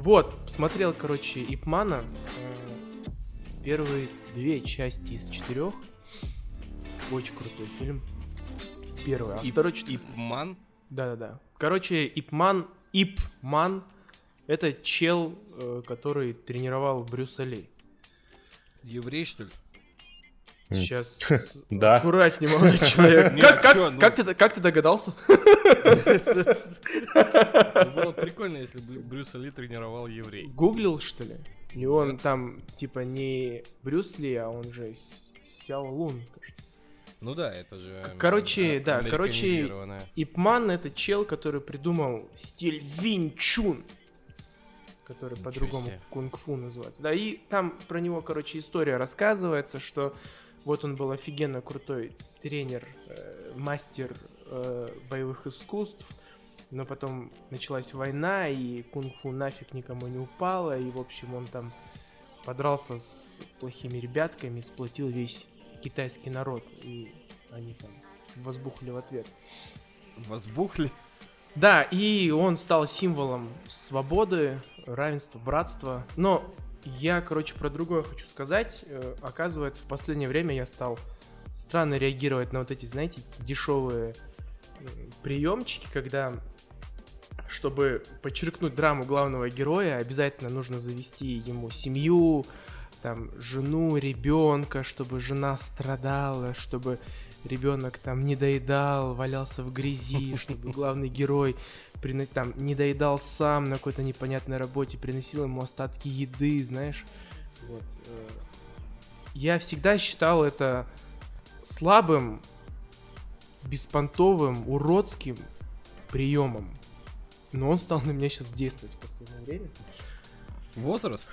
Вот, смотрел, короче, Ип Мана. Первые 2 части из 4. Очень крутой фильм. Первый, а второй... Ип Ман? Да-да-да. Короче, Ип Ман — это чел, который тренировал Брюса Ли. Еврей, что ли? Сейчас Да. аккуратнее, молодой человек. Как ты догадался? Было прикольно, если бы Брюса Ли тренировал еврей. Гуглил, что ли? И он там, типа, не Брюс Ли, а он же Сяо Лун, кажется. Ну да, это же... Короче, американизированное. Ип Ман — это чел, который придумал стиль Винь Чун, который Ничего по-другому себе. кунг-фу называется. Да, и там про него, короче, история рассказывается, что вот он был офигенно крутой тренер, мастер боевых искусств, но потом началась война, и кунг-фу нафиг никому не упало, и, в общем, он там подрался с плохими ребятками, сплотил весь китайский народ, и они там возбухли в ответ. Возбухли? Да, и он стал символом свободы, равенства, братства. Но я, короче, про другое хочу сказать. Оказывается, в последнее время я стал странно реагировать на вот эти, знаете, дешевые приемчики, когда, чтобы подчеркнуть драму главного героя, обязательно нужно завести ему семью, там, жену, ребенка, чтобы жена страдала, чтобы ребенок там не доедал, валялся в грязи, чтобы главный герой там не доедал сам на какой-то непонятной работе, приносил ему остатки еды, знаешь. Вот. Я всегда считал это слабым, беспонтовым, уродским приемом. Но он стал на меня сейчас действовать в последнее время. Возраст?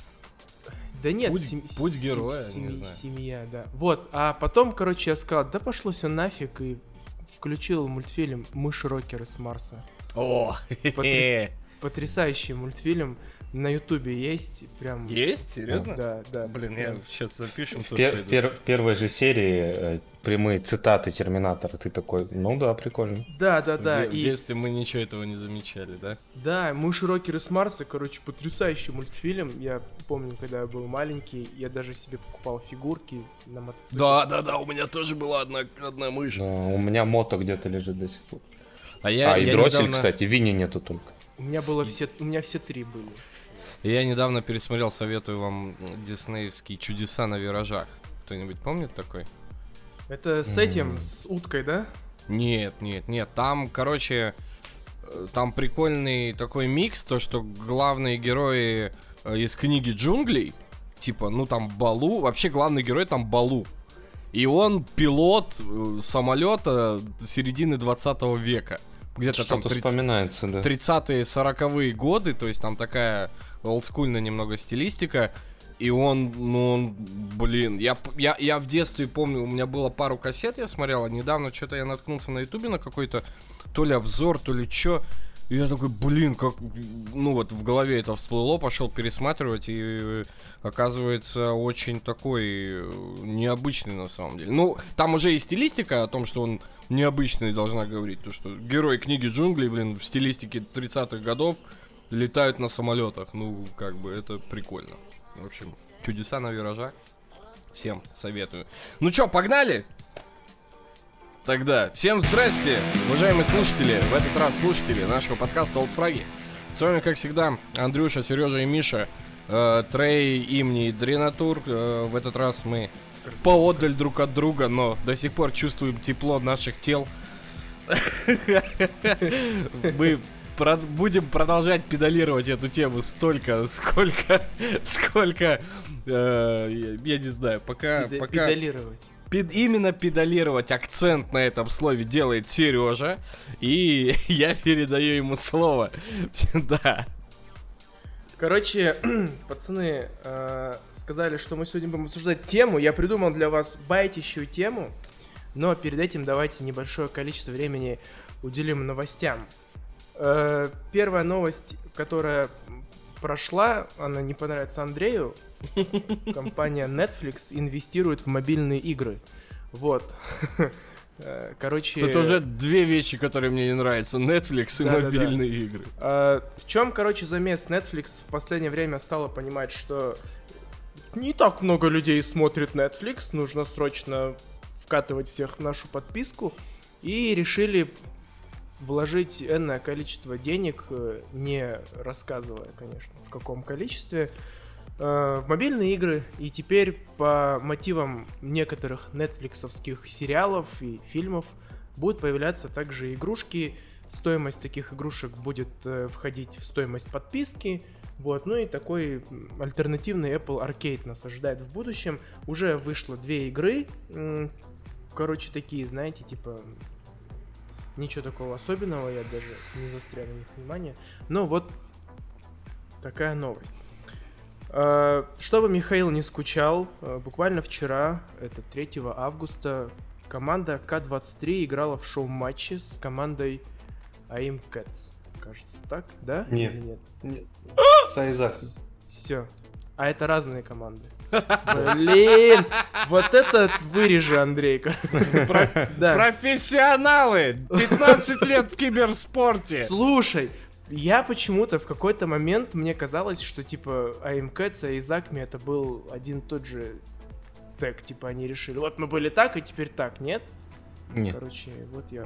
Да нет, путь героя, не знаю. Семья, да. Вот, а потом, короче, я сказал, да пошло все нафиг, и включил мультфильм «Мышь-рокеры с Марса». О, Потрясающий мультфильм. На Ютубе есть, прям... Есть? Серьезно? Да, да. Блин, я сейчас запишем. В первой же серии прямые цитаты Терминатора. Ты такой, ну да, прикольно. Да. В детстве мы ничего этого не замечали, да? Да, «Мыши-рокеры с Марса», короче, потрясающий мультфильм. Я помню, когда я был маленький, я даже себе покупал фигурки на мотоцикле. Да, у меня тоже была одна мышь. Да, у меня мото где-то лежит до сих пор. И дроссель, недавно... кстати, Винни нету только. У меня все 3 были. Я недавно пересмотрел, советую вам, диснеевский «Чудеса на виражах». Кто-нибудь помнит такой? Это с этим, с уткой, да? Нет. Там, короче, там прикольный такой микс, то, что главные герои из книги «Джунглей», типа, ну там Балу, вообще главный герой там Балу. И он пилот самолета середины 20 века. Где-то Что-то там вспоминается, да. 30-е, 40-е годы, то есть там такая олдскульная немного стилистика. И он, блин, я в детстве помню, у меня было пару кассет, я смотрел, а недавно что-то я наткнулся на ютубе на какой-то то ли обзор, то ли что. И я такой, блин, как, ну вот в голове это всплыло, пошел пересматривать, и оказывается очень такой необычный на самом деле. Ну, там уже и стилистика о том, что он необычный, должна говорить, то что герои книги «Джунглей», блин, в стилистике 30-х годов летают на самолетах, ну, как бы это прикольно. В общем, «Чудеса на виражах». Всем советую. Ну чё, погнали? Тогда всем здрасте, уважаемые слушатели, в этот раз слушатели нашего подкаста «Олдфраги». С вами, как всегда, Андрюша, Сережа и Миша, Трей, Имни и Дренатур. В этот раз мы поодаль друг от друга, но до сих пор чувствуем тепло наших тел. Мы будем продолжать педалировать эту тему столько, сколько, я не знаю, пока... Педалировать. Именно педалировать, акцент на этом слове делает Сережа, и я передаю ему слово. Да. Короче, пацаны сказали, что мы сегодня будем обсуждать тему. Я придумал для вас байтящую тему, но перед этим давайте небольшое количество времени уделим новостям. Первая новость, которая прошла, она не понравится Андрею. Компания Netflix инвестирует в мобильные игры. Вот. Короче... Тут уже две вещи, которые мне не нравятся. Netflix и мобильные игры. В чем, короче, замес? Netflix в последнее время стало понимать, что не так много людей смотрит Netflix, нужно срочно вкатывать всех в нашу подписку. И решили вложить энное количество денег, не рассказывая, конечно, в каком количестве, в мобильные игры. И теперь по мотивам некоторых нетфликсовских сериалов и фильмов будут появляться также игрушки. Стоимость таких игрушек будет входить в стоимость подписки. Вот. Ну и такой альтернативный Apple Arcade нас ожидает в будущем. Уже вышло 2 игры. Короче, такие, знаете, типа... Ничего такого особенного, я даже не застрял на них внимание. Но вот такая новость. Чтобы Михаил не скучал, буквально вчера, это 3 августа, команда К-23 играла в шоу-матче с командой AIM Cats. Кажется, так, да? Нет. Или Нет. С Айзаком. Все. А это разные команды. Блин, вот это вырежи, Андрейка. Да. Профессионалы! 15 лет в киберспорте! Слушай, я почему-то в какой-то момент мне казалось, что типа AIM Cats и Acme это был один и тот же тег, типа они решили, вот мы были так и теперь так, нет? Нет. Короче, вот я.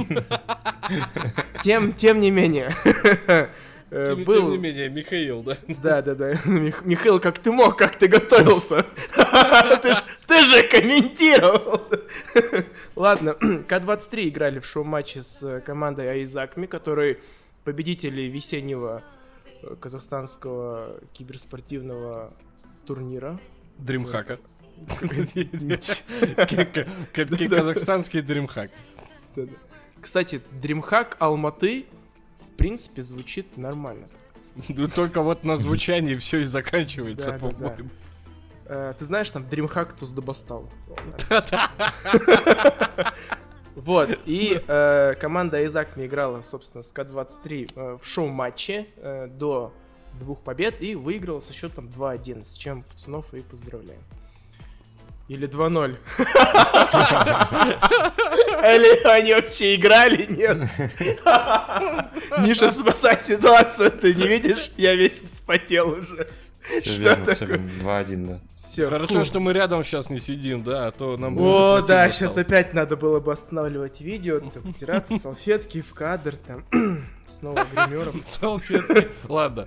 Тем не менее. Тем не менее, Михаил, да? Да. Михаил, как ты мог, как ты готовился? Ты же комментировал! Ладно, К-23 играли в шоу-матче с командой Айзакми, которые победители весеннего казахстанского киберспортивного турнира. Дримхака. Казахстанский Дримхак. Кстати, Дримхак Алматы в принципе звучит нормально. Только вот на звучании все и заканчивается, по-моему. Ты знаешь, там Дримхак Туз Дабастал. Вот, и команда Айзакми играла, собственно, с К-23 в шоу-матче до 2 побед и выиграла со счетом 2-1, с чем пацанов и поздравляем. Или 2-0. Или они вообще играли, нет? Миша, спасай ситуацию, ты не видишь? Я весь вспотел уже. Все верно, 2-1, да. Все. Хорошо, что мы рядом сейчас не сидим, да, а то нам будет... О, да, сейчас опять надо было бы останавливать видео, вытираться, салфетки в кадр, там, снова гримером. Салфетки, ладно.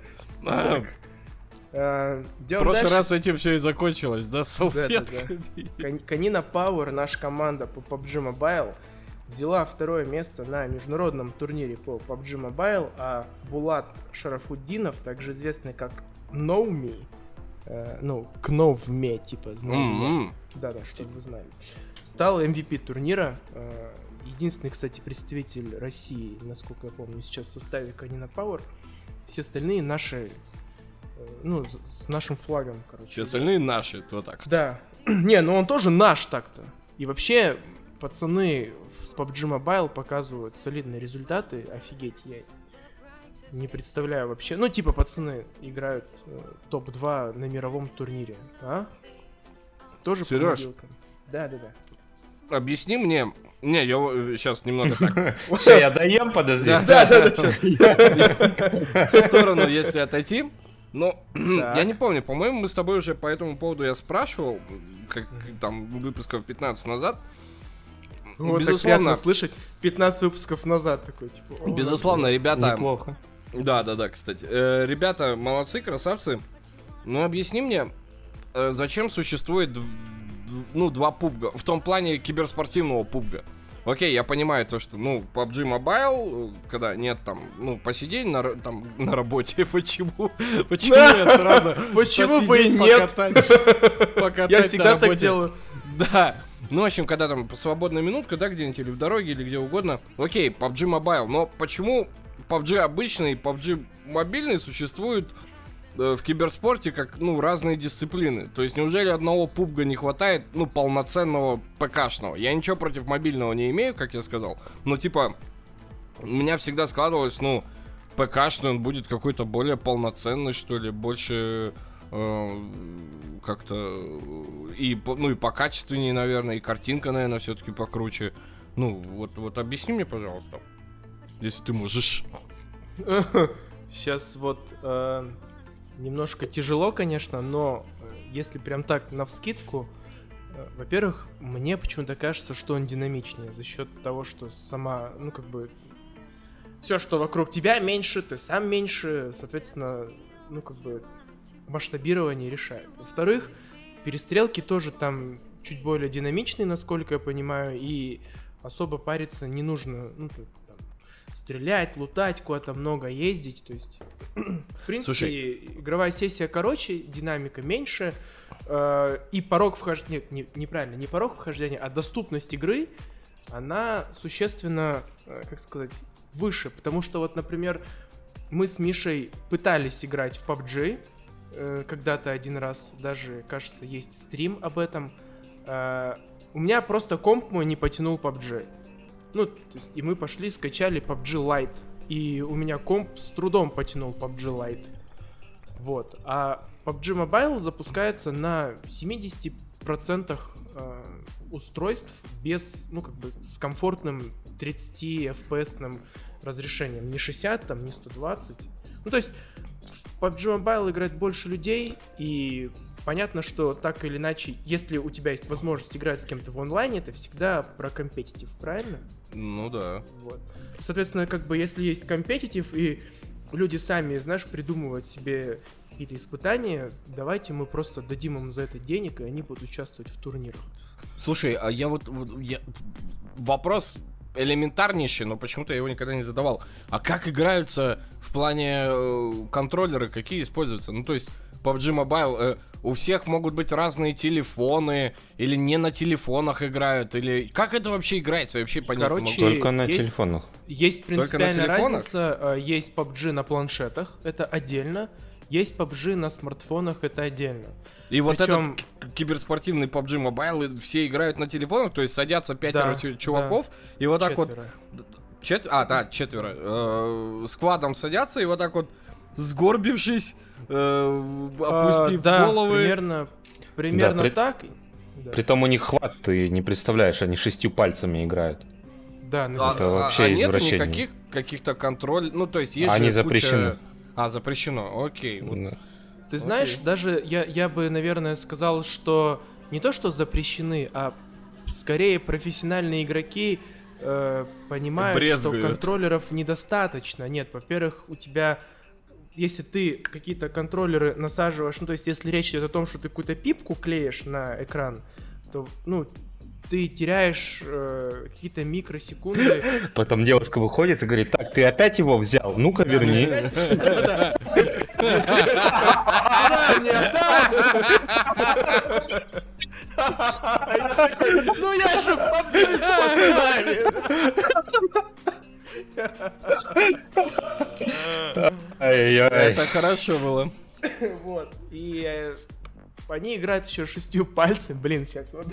В прошлый раз этим все и закончилось, да, салфетками. Канина Power, наша команда по PUBG Mobile, взяла 2 место на международном турнире по PUBG Mobile, а Булат Шарафуддинов, также известный как Ноуми, Кновме, типа, знаете, да, чтобы вы знали, стал MVP турнира. Единственный, кстати, представитель России, насколько я помню, сейчас в составе Канина Power. Все остальные наши, с нашим флагом, короче. Все остальные наши, вот так. Да. Не, он тоже наш так-то. И вообще, пацаны с PUBG Mobile показывают солидные результаты. Офигеть, я не представляю вообще. пацаны играют топ-2 на мировом турнире. А? Тоже по мобилкам. Да. Объясни мне... Не, я сейчас немного так... Что, я доем, подожди? Да. В сторону, если отойти. Но я не помню, по-моему, мы с тобой уже по этому поводу я спрашивал, как там выпусков 15 назад. Вот, безусловно, так слышать 15 выпусков назад такой, типа... Безусловно, ребята... Неплохо. Да, кстати. Ребята молодцы, красавцы. Но объясни мне, зачем существует 2 пубга? В том плане киберспортивного пубга. Окей, я понимаю то, что, PUBG Mobile, когда нет там, посидеть на работе, почему я сразу... Почему бы и нет? Я всегда так делаю. Да. В общем, когда там свободная минутка, да, где-нибудь или в дороге, или где угодно. Окей, PUBG Mobile, но почему PUBG обычный и PUBG мобильный существуют в киберспорте как, разные дисциплины? То есть неужели одного пубга не хватает, полноценного ПКшного? Я ничего против мобильного не имею, как я сказал, но, у меня всегда складывалось, ПКшный он будет какой-то более полноценный, что ли, больше как-то и по качественнее, наверное, и картинка, наверное, все-таки покруче. Ну, вот объясни мне, пожалуйста, если ты можешь. Сейчас вот немножко тяжело, конечно, но если прям так навскидку, во-первых, мне почему-то кажется, что он динамичнее за счет того, что сама, ну как бы, все, что вокруг тебя меньше, ты сам меньше, соответственно, ну как бы масштабирование решает. Во-вторых, перестрелки тоже там чуть более динамичные, насколько я понимаю, и особо париться не нужно, ну, там, стрелять, лутать, куда-то много ездить, то есть, в принципе, Слушай, игровая сессия короче, динамика меньше, и порог вхождения, неправильно, не порог вхождения, а доступность игры, она существенно, как сказать, выше, потому что вот, например, мы с Мишей пытались играть в PUBG, когда-то один раз, даже, кажется, есть стрим об этом, у меня просто комп мой не потянул PUBG. Ну, то есть, и мы пошли, скачали PUBG Lite. И у меня комп с трудом потянул PUBG Lite. Вот. А PUBG Mobile запускается на 70% устройств без, ну, как бы, с комфортным 30 FPS-ным разрешением. Не 60, там, не 120. Ну, то есть, в PUBG Mobile играет больше людей, и понятно, что так или иначе, если у тебя есть возможность играть с кем-то в онлайне, это всегда про компетитив, правильно? Ну да. Вот. Соответственно, как бы если есть компетитив, и люди сами, знаешь, придумывают себе какие-то испытания, давайте мы просто дадим им за это денег, и они будут участвовать в турнирах. Слушай, а я вопрос элементарнейший, но почему-то я его никогда не задавал. А как играются в плане контроллеры, какие используются? Ну, то есть, PUBG Mobile, у всех могут быть разные телефоны, или не на телефонах играют, или... Как это вообще играется? Я вообще понять не могу. Только на телефонах. Есть принципиальная Только на телефонах? разница. Есть PUBG на планшетах, это отдельно. Есть PUBG на смартфонах, это отдельно. И вот Причем... этот киберспортивный PUBG Mobile, и все играют на телефонах, то есть садятся 5 чуваков, и вот так вот... Четверо. Сквадом садятся, и вот так вот, сгорбившись, опустив головы. Примерно Да, так. Да. Притом у них хват, ты не представляешь, они 6 пальцами играют. Да, Это вообще нет извращение. никаких каких-то контроль... Ну, то есть есть Они же запрещены. куча... запрещено, окей. Вот. Да. Ты знаешь, даже я бы, наверное, сказал, что не то, что запрещены, а скорее профессиональные игроки понимают, брезгуют. что контроллеров недостаточно. Нет, во-первых, у тебя... Если ты какие-то контроллеры насаживаешь, ну, то есть, если речь идет о том, что ты какую-то пипку клеишь на экран, то, ну, ты теряешь какие-то микросекунды. Потом девушка выходит и говорит: так, ты опять его взял? Ну-ка, верни. Ну я же в PUBG с пацанами. Ай-яй-яй. Это хорошо было. Вот. И они играют еще 6 пальцами. Блин, сейчас вот.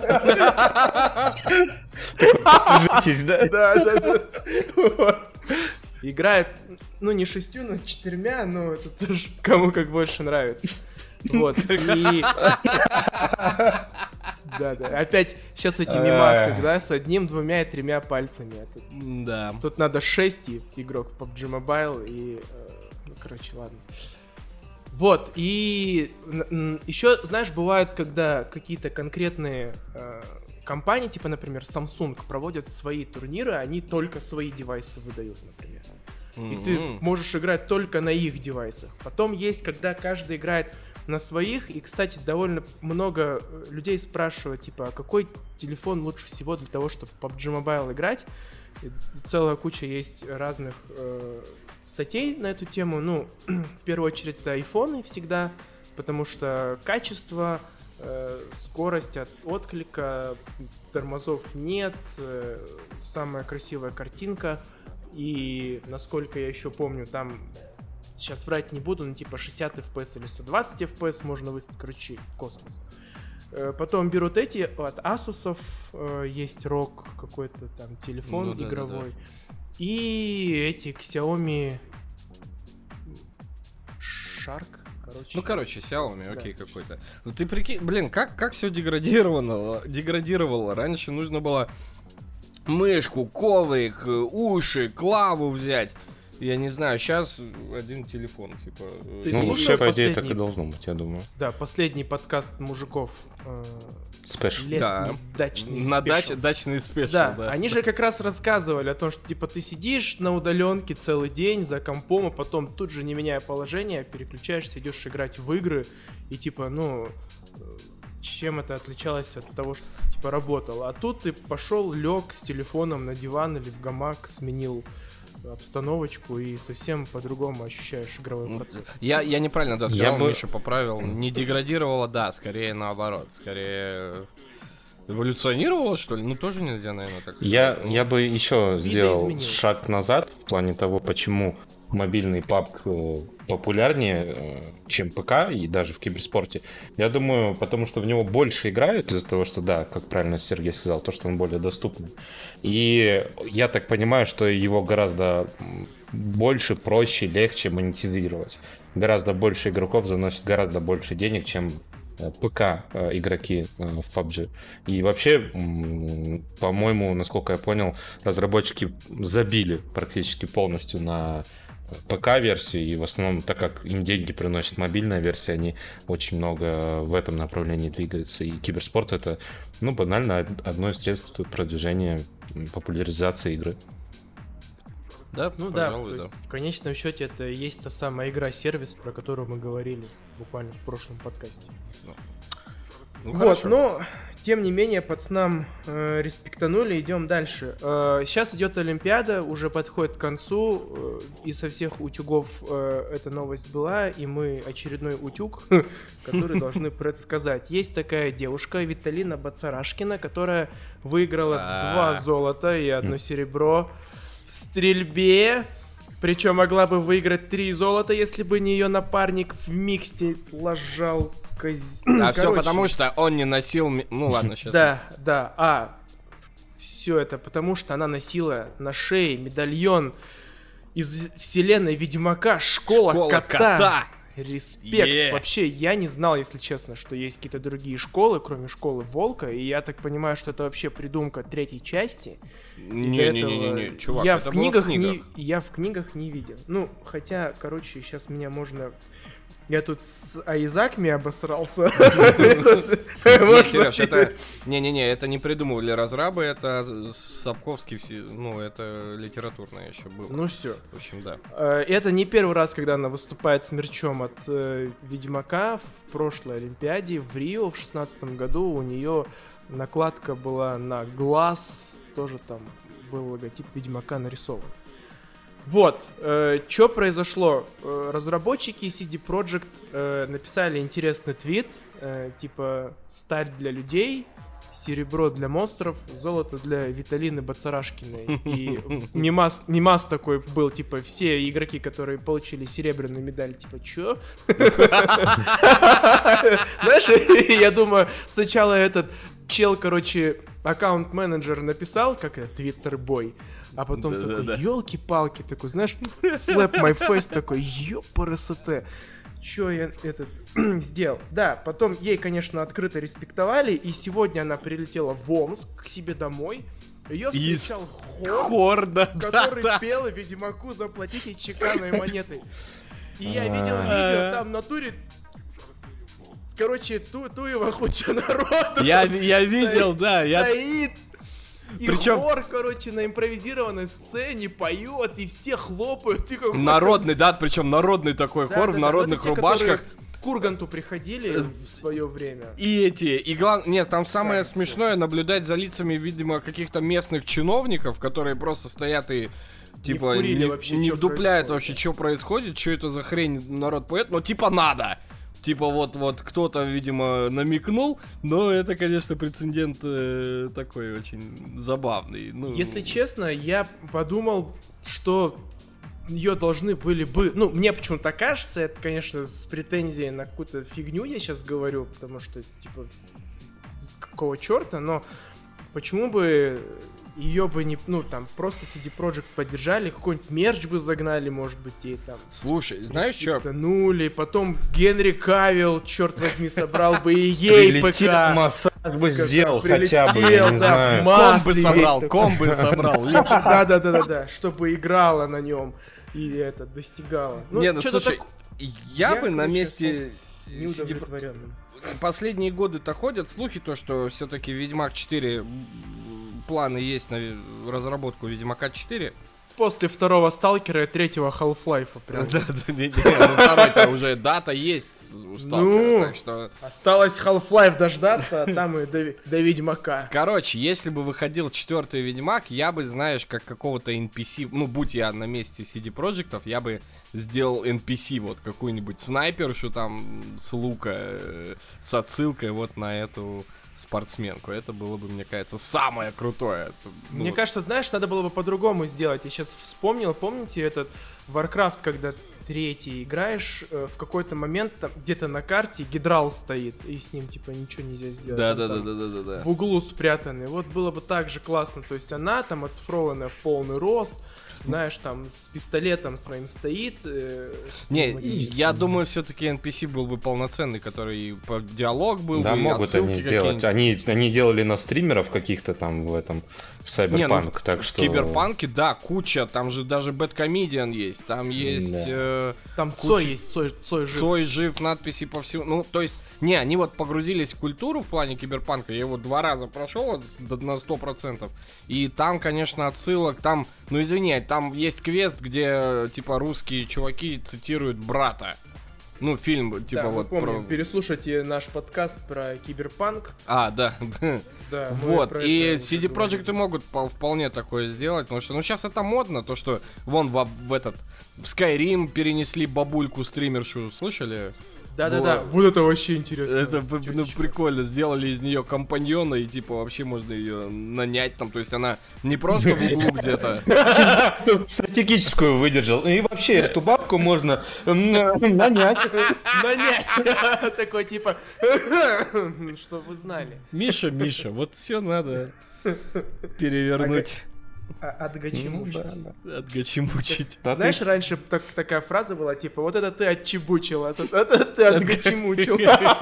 Держитесь, да? Да. Вот. Играют, ну, не 6, но 4, но это тоже кому как больше нравится. Вот. И... Да. Опять сейчас эти мемасы, да, с 1, 2 и 3 пальцами. Да. Тут надо 6 игрок в PUBG Mobile и... Ну, короче, ладно. Вот, и еще, знаешь, бывает, когда какие-то конкретные компании, типа, например, Samsung, проводят свои турниры, они только свои девайсы выдают, например. И ты можешь играть только на их девайсах. Потом есть, когда каждый играет на своих, и, кстати, довольно много людей спрашивают, типа, а какой телефон лучше всего для того, чтобы в PUBG Mobile играть. И целая куча есть разных статей на эту тему. Ну, в первую очередь, это айфоны всегда, потому что качество, скорость от отклика, тормозов нет, самая красивая картинка. И, насколько я еще помню, там, сейчас врать не буду, но типа 60 FPS или 120 FPS можно выставить, короче, космос. Потом берут эти от Asus'ов, есть ROG какой-то там телефон игровой. Да. И эти Xiaomi Shark, короче. Ну, короче, Xiaomi, окей, да. Какой-то. Ну, ты прикинь, блин, как все деградировало. Раньше нужно было мышку, коврик, уши, клаву взять. Я не знаю, сейчас один телефон, типа... Ты Ну, слушал вообще, по идее, так и последний? должно быть, я думаю. Да, последний подкаст мужиков. Спешл. Летний Да. дачный На спешл. дачный спешл, Да, да. они же как раз рассказывали о том, что типа ты сидишь на удаленке целый день за компом, а потом тут же, не меняя положение, переключаешься, идешь играть в игры, и типа, чем это отличалось от того, что ты типа работал. А тут ты пошел, лег с телефоном на диван или в гамак, сменил обстановочку и совсем по-другому ощущаешь игровой процесс. Я неправильно, да, сказал, Я бы- Миша поправил. Не деградировало, да, скорее наоборот. Скорее эволюционировало, что ли? Ну, тоже нельзя, наверное, так сказать. Я бы еще сделал Видоизменилось. шаг назад в плане того, почему мобильный PUBG популярнее, чем ПК и даже в киберспорте. Я думаю, потому что в него больше играют из-за того, что, да, как правильно Сергей сказал, то, что он более доступный. И я так понимаю, что его гораздо больше, проще, легче монетизировать. Гораздо больше игроков заносит гораздо больше денег, чем ПК игроки в PUBG. И вообще, по-моему, насколько я понял, разработчики забили практически полностью на ПК-версию, и в основном, так как им деньги приносит мобильная версия, они очень много в этом направлении двигаются. И киберспорт — это, банально одно из средств продвижения, популяризации игры. Да, Ну пожалуй, да, то есть в конечном счете это и есть та самая игра-сервис, про которую мы говорили буквально в прошлом подкасте. Ну, Вот, хорошо. но тем не менее пацанам респектанули, идем дальше. Сейчас идет Олимпиада, уже подходит к концу, и со всех утюгов эта новость была, и мы очередной утюг, который должны предсказать. Есть такая девушка, Виталина Бацарашкина, которая выиграла 2 золота и 1 серебро в стрельбе. Причем могла бы выиграть 3 золота, если бы не ее напарник в миксте лажал А все потому, что он не носил... Ну ладно, сейчас. Да. Все это потому, что она носила на шее медальон из вселенной Ведьмака Школа кота. Респект. Вообще, я не знал, если честно, что есть какие-то другие школы, кроме школы Волка, и я так понимаю, что это вообще придумка 3-й части. Не, чувак, я это в было книгах в книгах. я в книгах не видел. Ну, хотя, короче, сейчас меня можно... Я тут с Айзакми обосрался. Не, Сереж, это... Не-не-не, это не придумывали разрабы, это Сапковский, это литературное еще было. Ну все. В общем, да. Это не первый раз, когда она выступает с мерчом от Ведьмака. В прошлой Олимпиаде в Рио в 16 году у нее накладка была на глаз. Тоже там был логотип Ведьмака нарисован. Вот, что произошло? Разработчики CD Projekt написали интересный твит, типа сталь для людей, серебро для монстров, золото для Виталины Бацарашкиной. И мимас такой был, типа, все игроки, которые получили серебряную медаль, типа, чё? Знаешь, я думаю, сначала этот чел, аккаунт-менеджер написал, как это, твиттер-бой, а потом такой, ёлки-палки, такой, знаешь, slap my face, такой, ёпарасоте. Чё я сделал? Да, потом ей, конечно, открыто респектовали, и сегодня она прилетела в Омск к себе домой. Ее встречал хор, который пел Ведьмаку «Заплатите чеканной монетой». И я видел видео, там в натуре... Короче, туева куча народу. Я видел, да. Стоит. И Причем... хор, на импровизированной сцене поет, и все хлопают. Народный, да, причем народный такой хор в народных рубашках. К Курганту приходили в свое время. Нет, там самое смешное наблюдать за лицами, видимо, каких-то местных чиновников, которые просто стоят и типа не вдупляют вообще, что происходит, что это за хрень народ поет, но типа надо. Типа вот кто-то, видимо, намекнул, но это, конечно, прецедент такой очень забавный. Если честно, я подумал, что ее должны были бы... мне почему-то кажется, это, конечно, с претензией на какую-то фигню я сейчас говорю, потому что, типа, какого черта, но почему бы ее бы не... просто CD Projekt поддержали, какой-нибудь мерч бы загнали, может быть, ей там... Слушай, знаешь что? Потом Генри Кавилл, черт возьми, собрал бы и ей ПК. бы сделал хотя бы, я не знаю. Комбы собрал. Да, чтобы играла на нем и это достигала. Не, ну слушай, я бы на месте неудовлетворенным. Последние годы-то ходят слухи, то, что все-таки Ведьмак 4 планы есть на разработку Ведьмака 4. После второго Сталкера и третьего Half-Life прям. Да, второй-то уже дата есть у Сталкера, так что... Осталось Half-Life дождаться, а там и до Ведьмака. Короче, если бы выходил четвертый Ведьмак, я бы, знаешь, как какого-то NPC, ну, будь я на месте CD Projekt'ов, я бы сделал NPC, вот, какую-нибудь снайпершу там с лука, с отсылкой вот на эту спортсменку. Это было бы, мне кажется, самое крутое. Мне кажется, знаешь, надо было бы по-другому сделать. Я сейчас вспомнил, помните этот Warcraft, когда третий играешь, в какой-то момент там где-то на карте Гидрал стоит, и с ним типа ничего нельзя сделать. Да. В углу спрятанный. Вот было бы так же классно. То есть она там оцифрованная в полный рост, знаешь, там с пистолетом своим стоит. Не, я думаю, все-таки NPC был бы полноценный, который по диалог был бы. Да, могут они сделать. Они делали на стримеров каких-то там в этом, в Cyberpunk, так что... В Киберпанке, да, куча, там же даже Бэдкомедиан есть, там есть... Там Цой есть, Цой жив. Цой жив, надписи по всему, ну, то есть... Не, они вот погрузились в культуру в плане Киберпанка, я его 2 раза прошел на 100%, и там, конечно, отсылок, там, ну извини, там есть квест, где, типа, русские чуваки цитируют брата. Ну, фильм, типа, да, вот... помним, переслушайте наш подкаст про Киберпанк. А, да. Да, вот, и CD Projekts могут вполне такое сделать, потому что, ну, сейчас это модно, то, что вон в Skyrim перенесли бабульку стримершу, слышали? Да, вот это вообще интересно. Это ну, прикольно, сделали из нее компаньона, и типа вообще можно ее нанять там, то есть она не просто в углу где-то. Стратегическую выдержал. И вообще эту бабку можно нанять. Такой типа, что вы знали. Миша, вот все надо перевернуть. Отгачемучить. Отгачемучить. Знаешь, раньше такая фраза была, типа, вот это ты отчебучил, это ты отгачемучил.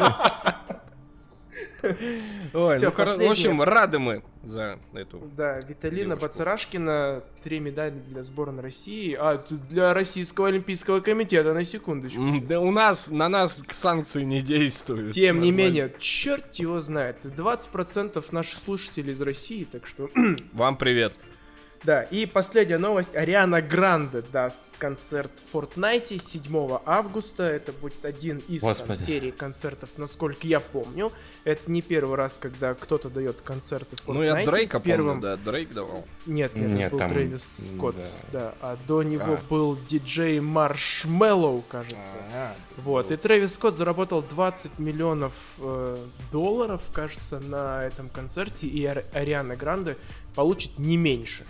Ой, ну, в общем, рады мы за эту. Да, Виталина Бацарашкина, 3 медали для сборной России, а для Российского Олимпийского комитета, на секундочку. Да на нас санкции не действуют. Тем не менее, черт его знает, 20% наших слушателей из России, так что... Вам привет. Да, и последняя новость. Ариана Гранде даст концерт в Fortnite 7 августа. Это будет один из серии концертов, насколько я помню. Это не первый раз, когда кто-то дает концерты в Fortnite. Ну, я Дрейка помню, да, Дрейк давал. Нет, был там... Трэвис Скотт, да. А до него был диджей Маршмеллоу, кажется. Вот, и Трэвис Скотт заработал $20 миллионов, кажется, на этом концерте. И Ариана Гранде получит не меньше.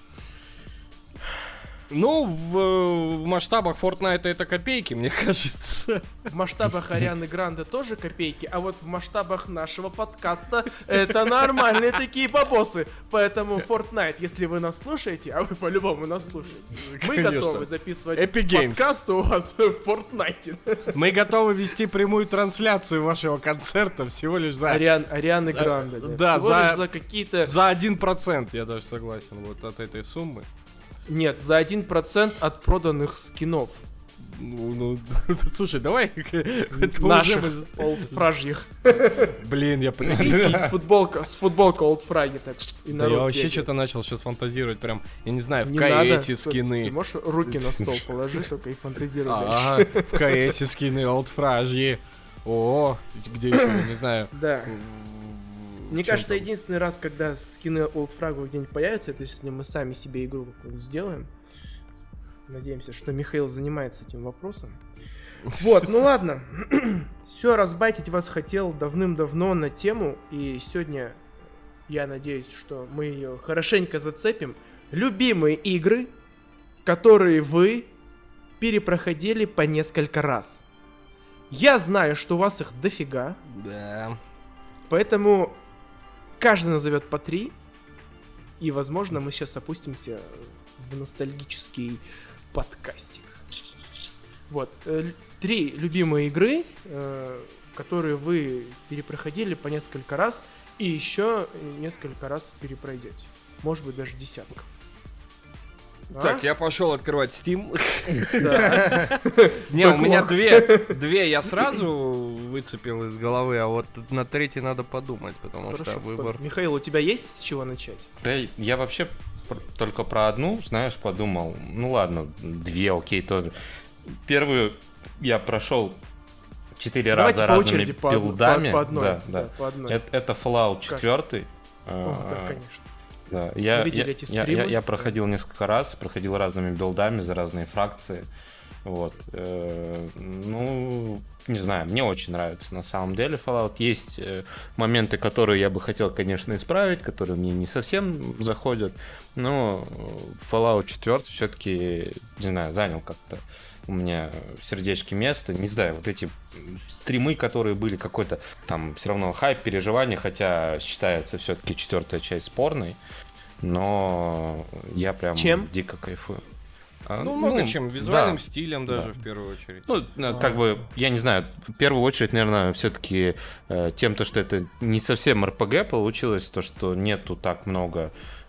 Ну, в масштабах Fortnite это копейки, мне кажется. В масштабах Арианы Гранде тоже копейки, а вот в масштабах нашего подкаста это нормальные такие бабосы. Поэтому Fortnite, если вы нас слушаете, а вы по-любому нас слушаете, мы готовы записывать подкаст у вас в Fortnite. Мы готовы вести прямую трансляцию вашего концерта всего лишь за... Арианы Гранде. Да, всего лишь за какие-то... За 1%, я даже согласен, вот от этой суммы. Нет, за 1% от проданных скинов. Ну, слушай, давай наших олдфражьих. Блин, я футболка с футболкой олдфраги так. Да я вообще что-то начал сейчас фантазировать, прям, я не знаю, в КСе скины. Ты можешь руки на стол положи только и фантазируй дальше. В КСе скины олдфражьи. О, где еще, не знаю. Да. Мне кажется, единственный раз, когда скины олдфрагов где-нибудь появятся, это если мы сами себе игру какую-нибудь сделаем. Надеемся, что Михаил занимается этим вопросом. Вот, ну ладно. Все, разбайтить вас хотел давным-давно на тему. И сегодня я надеюсь, что мы ее хорошенько зацепим. Любимые игры, которые вы перепроходили по несколько раз. Я знаю, что у вас их дофига. Да. Поэтому каждый назовет по 3. И, возможно, мы сейчас опустимся в ностальгический подкастик. Вот. 3 любимые игры, которые вы перепроходили по несколько раз. И еще несколько раз перепройдете. Может быть, даже десятка. Так, я пошел открывать Steam. Да. Не, у меня две я сразу выцепил из головы, а вот на третий надо подумать, потому что выбор... Михаил, у тебя есть с чего начать? Да, я вообще только про одну, знаешь, подумал. Ну ладно, две, окей, тоже. Первую я прошел 4 раза разными билдами. По одной. Да. По одной. Это Fallout 4. Да, конечно. Да, я проходил несколько раз, проходил разными билдами за разные фракции. Вот. Ну, не знаю, мне очень нравится на самом деле Fallout. Есть моменты, которые я бы хотел, конечно, исправить, которые мне не совсем заходят. Но Fallout 4 все-таки, не знаю, занял как-то у меня в сердечке место. Не знаю, вот эти стримы, которые были, какой-то там все равно хайп, переживание, хотя считается все-таки 4-я часть спорной. Но я прям дико кайфую. Много чем, визуальным стилем даже, в первую очередь. Ну, как бы, я не знаю, в первую очередь, наверное, все-таки тем, что это не совсем РПГ получилось, то, что нету так много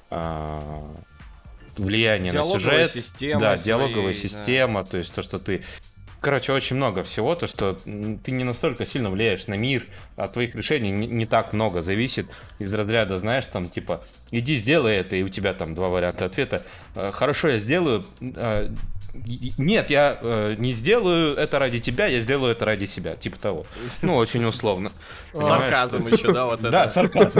влияния на сюжет. Диалоговая система, то есть то, что ты... Короче, очень много всего, то, что ты не настолько сильно влияешь на мир, от твоих решений не так много зависит из разряда, знаешь, там, типа, иди сделай это, и у тебя там 2 варианта ответа. Хорошо, я сделаю. Нет, я не сделаю это ради тебя, я сделаю это ради себя, типа того. Ну, очень условно. Сарказм еще, да, вот это? Да, сарказм.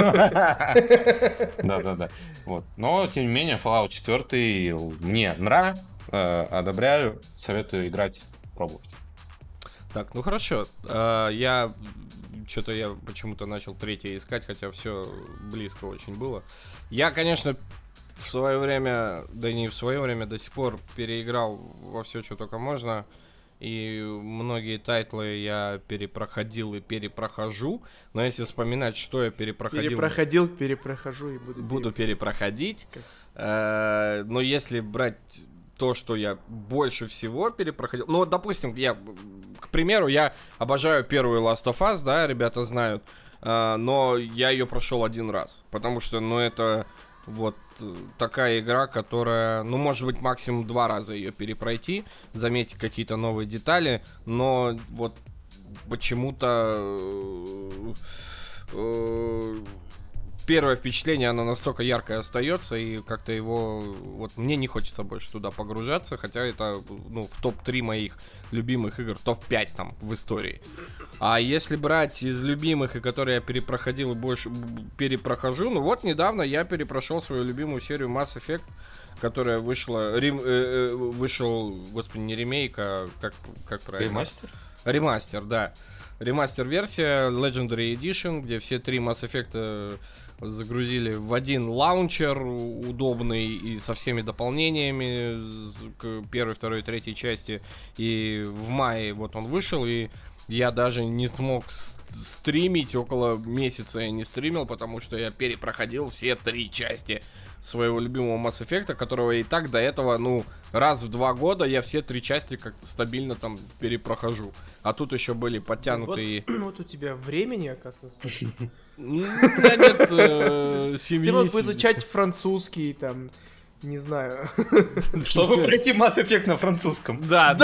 Да. Вот. Но, тем не менее, Fallout 4 мне одобряю, советую играть, пробовать. Так, ну хорошо. Я почему-то начал третье искать, хотя все близко очень было. Я, конечно, в свое время, да не в свое время, до сих пор переиграл во все, что только можно. И многие тайтлы я перепроходил и перепрохожу. Но если вспоминать, что я перепроходил... Перепрохожу и буду перепроходить. Но если брать то, что я больше всего перепроходил... Ну, допустим, к примеру, я обожаю первую Last of Us, да, ребята знают. Но я ее прошел 1 раз. Потому что, это... Вот такая игра, которая, может быть, максимум 2 раза ее перепройти, заметить какие-то новые детали, но вот почему-то первое впечатление, оно настолько яркое остается, и как-то его, вот мне не хочется больше туда погружаться, хотя это, в топ-3 моих любимых игр, топ-5 там в истории. А если брать из любимых, и которые я перепроходил и больше перепрохожу, недавно я перепрошел свою любимую серию Mass Effect, которая вышел, господи, не ремейк, а как правильно? Ремастер? Ремастер, да. Ремастер-версия Legendary Edition, где все 3 Mass Effect загрузили в один лаунчер удобный и со всеми дополнениями к 1, 2, 3 части. И в мае вот он вышел, и я даже не смог стримить, около месяца я не стримил, потому что я перепроходил все 3 части своего любимого Mass Effect, которого и так до этого, раз в 2 года я все 3 части как-то стабильно там перепрохожу. А тут еще были подтянутые... Вот у тебя времени, оказывается. У меня нет семьи. Ты мог бы изучать французский, там, не знаю. Чтобы пройти Mass Effect на французском. Да.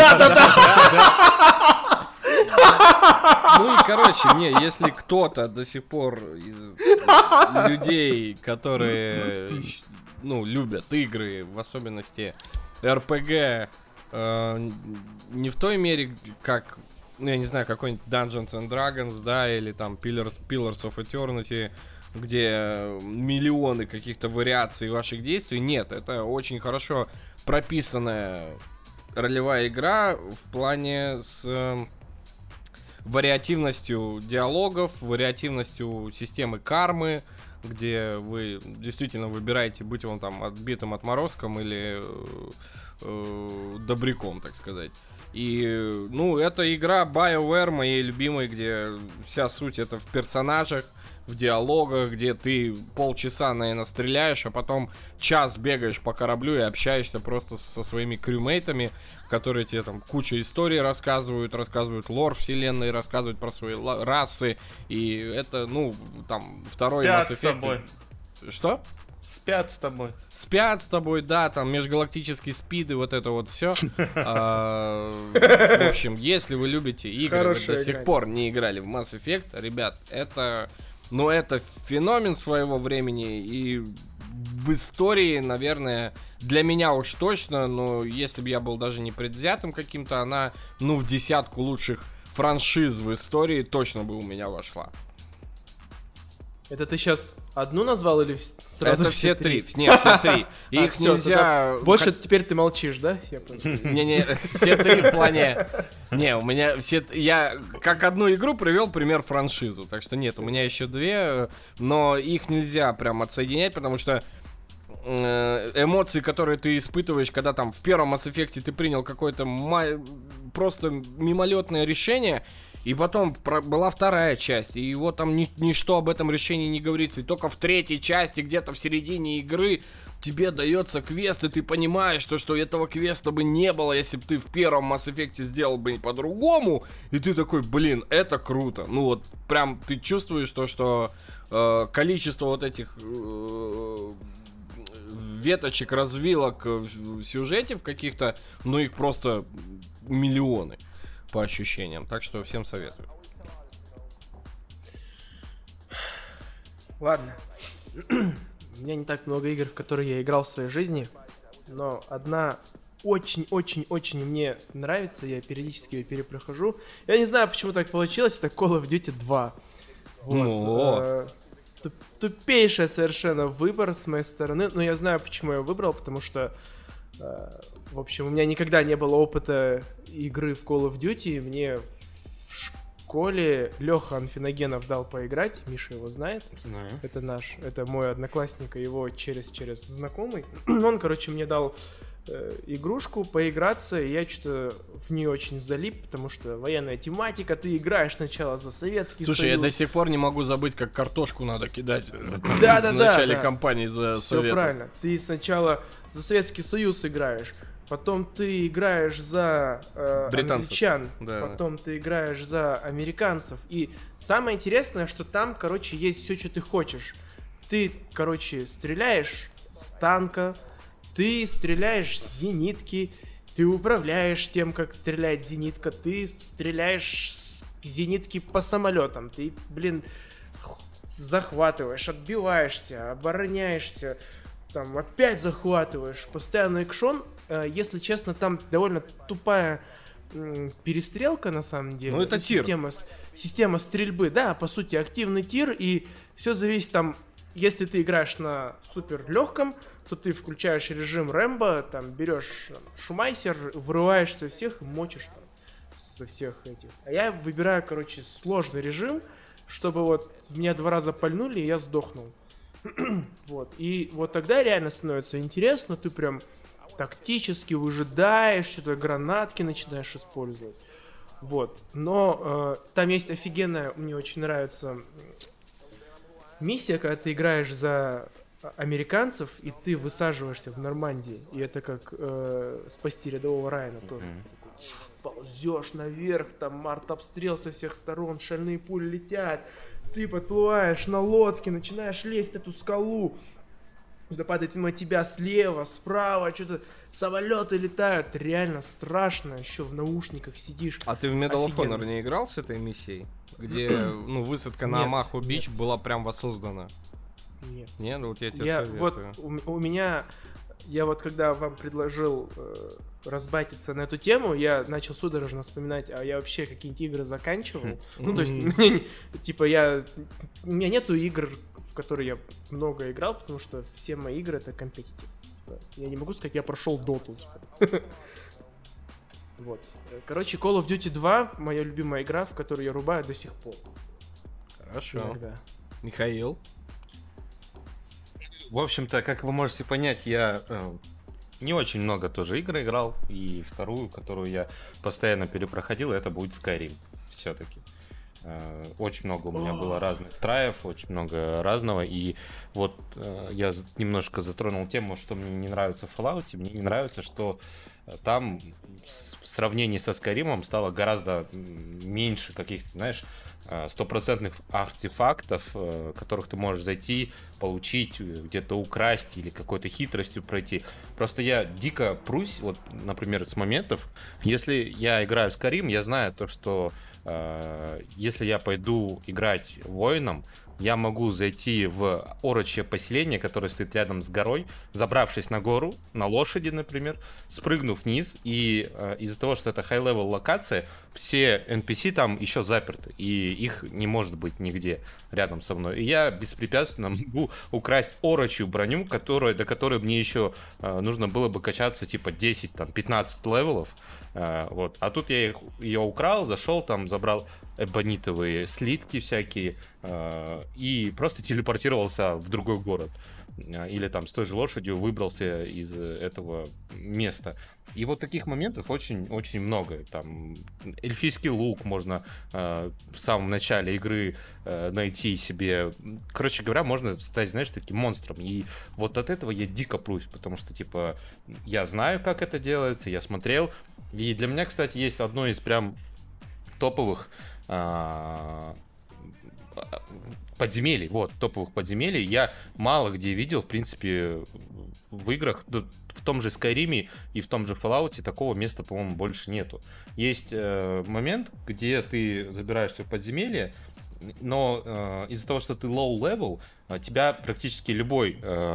Ну и, короче, если кто-то до сих пор из людей, которые, любят игры, в особенности RPG, не в той мере, как, я не знаю, какой-нибудь Dungeons and Dragons, да, или там Pillars of Eternity, где миллионы каких-то вариаций ваших действий. Нет, это очень хорошо прописанная ролевая игра в плане с вариативностью диалогов, вариативностью системы кармы, где вы действительно выбираете быть вам там отбитым отморозком или добряком, так сказать. И, ну, это игра BioWare, моей любимой, где вся суть это в персонажах, в диалогах, где ты полчаса, наверное, стреляешь, а потом час бегаешь по кораблю и общаешься просто со своими крюмейтами, которые тебе там кучу историй рассказывают лор вселенной, рассказывают про свои расы. И это, ну, там, второй Mass Effect. С тобой. Что? Спят с тобой. Спят с тобой, да, там межгалактический спид и вот это вот все. В общем, если вы любите игры, вы до сих пор не играли в Mass Effect, ребят, это феномен своего времени, и в истории, наверное, для меня уж точно, но если бы я был даже не предвзятым каким-то, она, ну, в десятку лучших франшиз в истории точно бы у меня вошла. Это ты сейчас одну назвал или сразу это все три? Нет, все три. Их нельзя... Больше теперь ты молчишь, да? Не-не, все три в плане... Не, у меня все... Я как одну игру привел пример франшизу. Так что нет, у меня еще две, но их нельзя прям отсоединять, потому что эмоции, которые ты испытываешь, когда там в первом Mass Effect ты принял какое-то просто мимолетное решение, и потом была вторая часть, и вот там ничто об этом решении не говорится. И только в третьей части, где-то в середине игры, тебе дается квест, и ты понимаешь, что этого квеста бы не было, если бы ты в первом Mass Effect сделал бы по-другому. И ты такой, блин, это круто. Ну вот, прям ты чувствуешь то, что количество вот этих веточек, развилок в сюжете в каких-то, ну их просто миллионы. По ощущениям. Так что всем советую. Ладно. У меня не так много игр, в которые я играл в своей жизни, но одна очень-очень-очень мне нравится, я периодически ее перепрохожу. Я не знаю, почему так получилось, это Call of Duty 2. Вот. Тупейший совершенно выбор с моей стороны, но я знаю, почему я выбрал, потому что в общем, у меня никогда не было опыта игры в Call of Duty. Мне в школе Леха Анфиногенов дал поиграть. Миша его знает. Знаю. Это мой одноклассник, и его через знакомый. Он, короче, мне дал игрушку поиграться, и я что-то в нее очень залип, потому что военная тематика, ты играешь сначала за Советский Союз. Слушай, я до сих пор не могу забыть, как картошку надо кидать в начале кампании за Советы. Все правильно. Ты сначала за Советский Союз играешь, потом ты играешь за англичан, потом ты играешь за американцев. И самое интересное, что там, короче, есть все, что ты хочешь. Ты, короче, стреляешь с танка, ты стреляешь с зенитки, ты управляешь тем, как стреляет зенитка, ты стреляешь с зенитки по самолетам, ты, захватываешь, отбиваешься, обороняешься, там опять захватываешь, постоянно экшон. Если честно, там довольно тупая перестрелка на самом деле. Ну это тир. Система стрельбы, да, по сути активный тир, и все зависит там. Если ты играешь на супер легком, то ты включаешь режим Рэмбо, там берешь шумайсер, врываешься всех и мочишь там со всех этих. А я выбираю, короче, сложный режим, чтобы вот меня 2 раза пальнули, и я сдохнул. Вот. И вот тогда реально становится интересно, ты прям тактически выжидаешь, что-то гранатки начинаешь использовать. Вот. Но там есть офигенная, мне очень нравится миссия, когда ты играешь за американцев, и ты высаживаешься в Нормандии. И это как спасти рядового Райана тоже. Ползешь наверх, там артобстрел со всех сторон, шальные пули летят. Ты подплываешь на лодке, начинаешь лезть эту скалу. Куда падает мимо тебя слева, справа, что-то самолеты летают. Реально страшно, еще в наушниках сидишь. А ты в Medal of Honor не играл с этой миссией? Где высадка на Амаху-Бич была прям воссоздана? Нет. Нет, ну вот я тебе советую. Вот у меня, я вот когда вам предложил разбатиться на эту тему, я начал судорожно вспоминать, а я вообще какие-нибудь игры заканчивал. Ну, то есть, типа, у меня нету игр, в которые я много играл, потому что все мои игры это компетитив. Типа, я не могу сказать, я прошел доту. Типа. Вот. Короче, Call of Duty 2 моя любимая игра, в которую я рубаю до сих пор. Хорошо. Иногда. Михаил? В общем-то, как вы можете понять, я не очень много тоже игр играл. И вторую, которую я постоянно перепроходил, это будет Skyrim. Все-таки. Очень много у меня было разных траев, очень много разного. И вот я немножко затронул тему, что мне не нравится в Fallout. Мне не нравится, что там в сравнении со Skyrim стало гораздо меньше каких-то, знаешь, стопроцентных артефактов, которых ты можешь зайти, получить, где-то украсть или какой-то хитростью пройти. Просто я дико прусь, вот, например, с моментов, если я играю в Skyrim, я знаю то, что если я пойду играть воином, я могу зайти в орочье поселение, которое стоит рядом с горой, забравшись на гору, на лошади, например, спрыгнув вниз, и из-за того, что это high-level локация, все NPC там еще заперты, и их не может быть нигде рядом со мной. И я беспрепятственно могу украсть орочью броню, до которой мне еще нужно было бы качаться типа 10-15 левелов. Вот. А тут я ее украл, зашел, там забрал эбонитовые слитки всякие и просто телепортировался в другой город. Или там с той же лошадью выбрался из этого места. И вот таких моментов очень-очень много. Там эльфийский лук можно в самом начале игры найти себе. Короче говоря, можно стать, знаешь, таким монстром. И вот от этого я дико прусь, потому что, типа, я знаю, как это делается, я смотрел. И для меня, кстати, есть одно из прям топовых подземелий, топовых подземелий. Я мало где видел, в принципе, в играх, в том же Skyrim и в том же Fallout такого места, по-моему, больше нету. Есть момент, где ты забираешься в подземелье, но из-за того, что ты low-level, тебя практически любой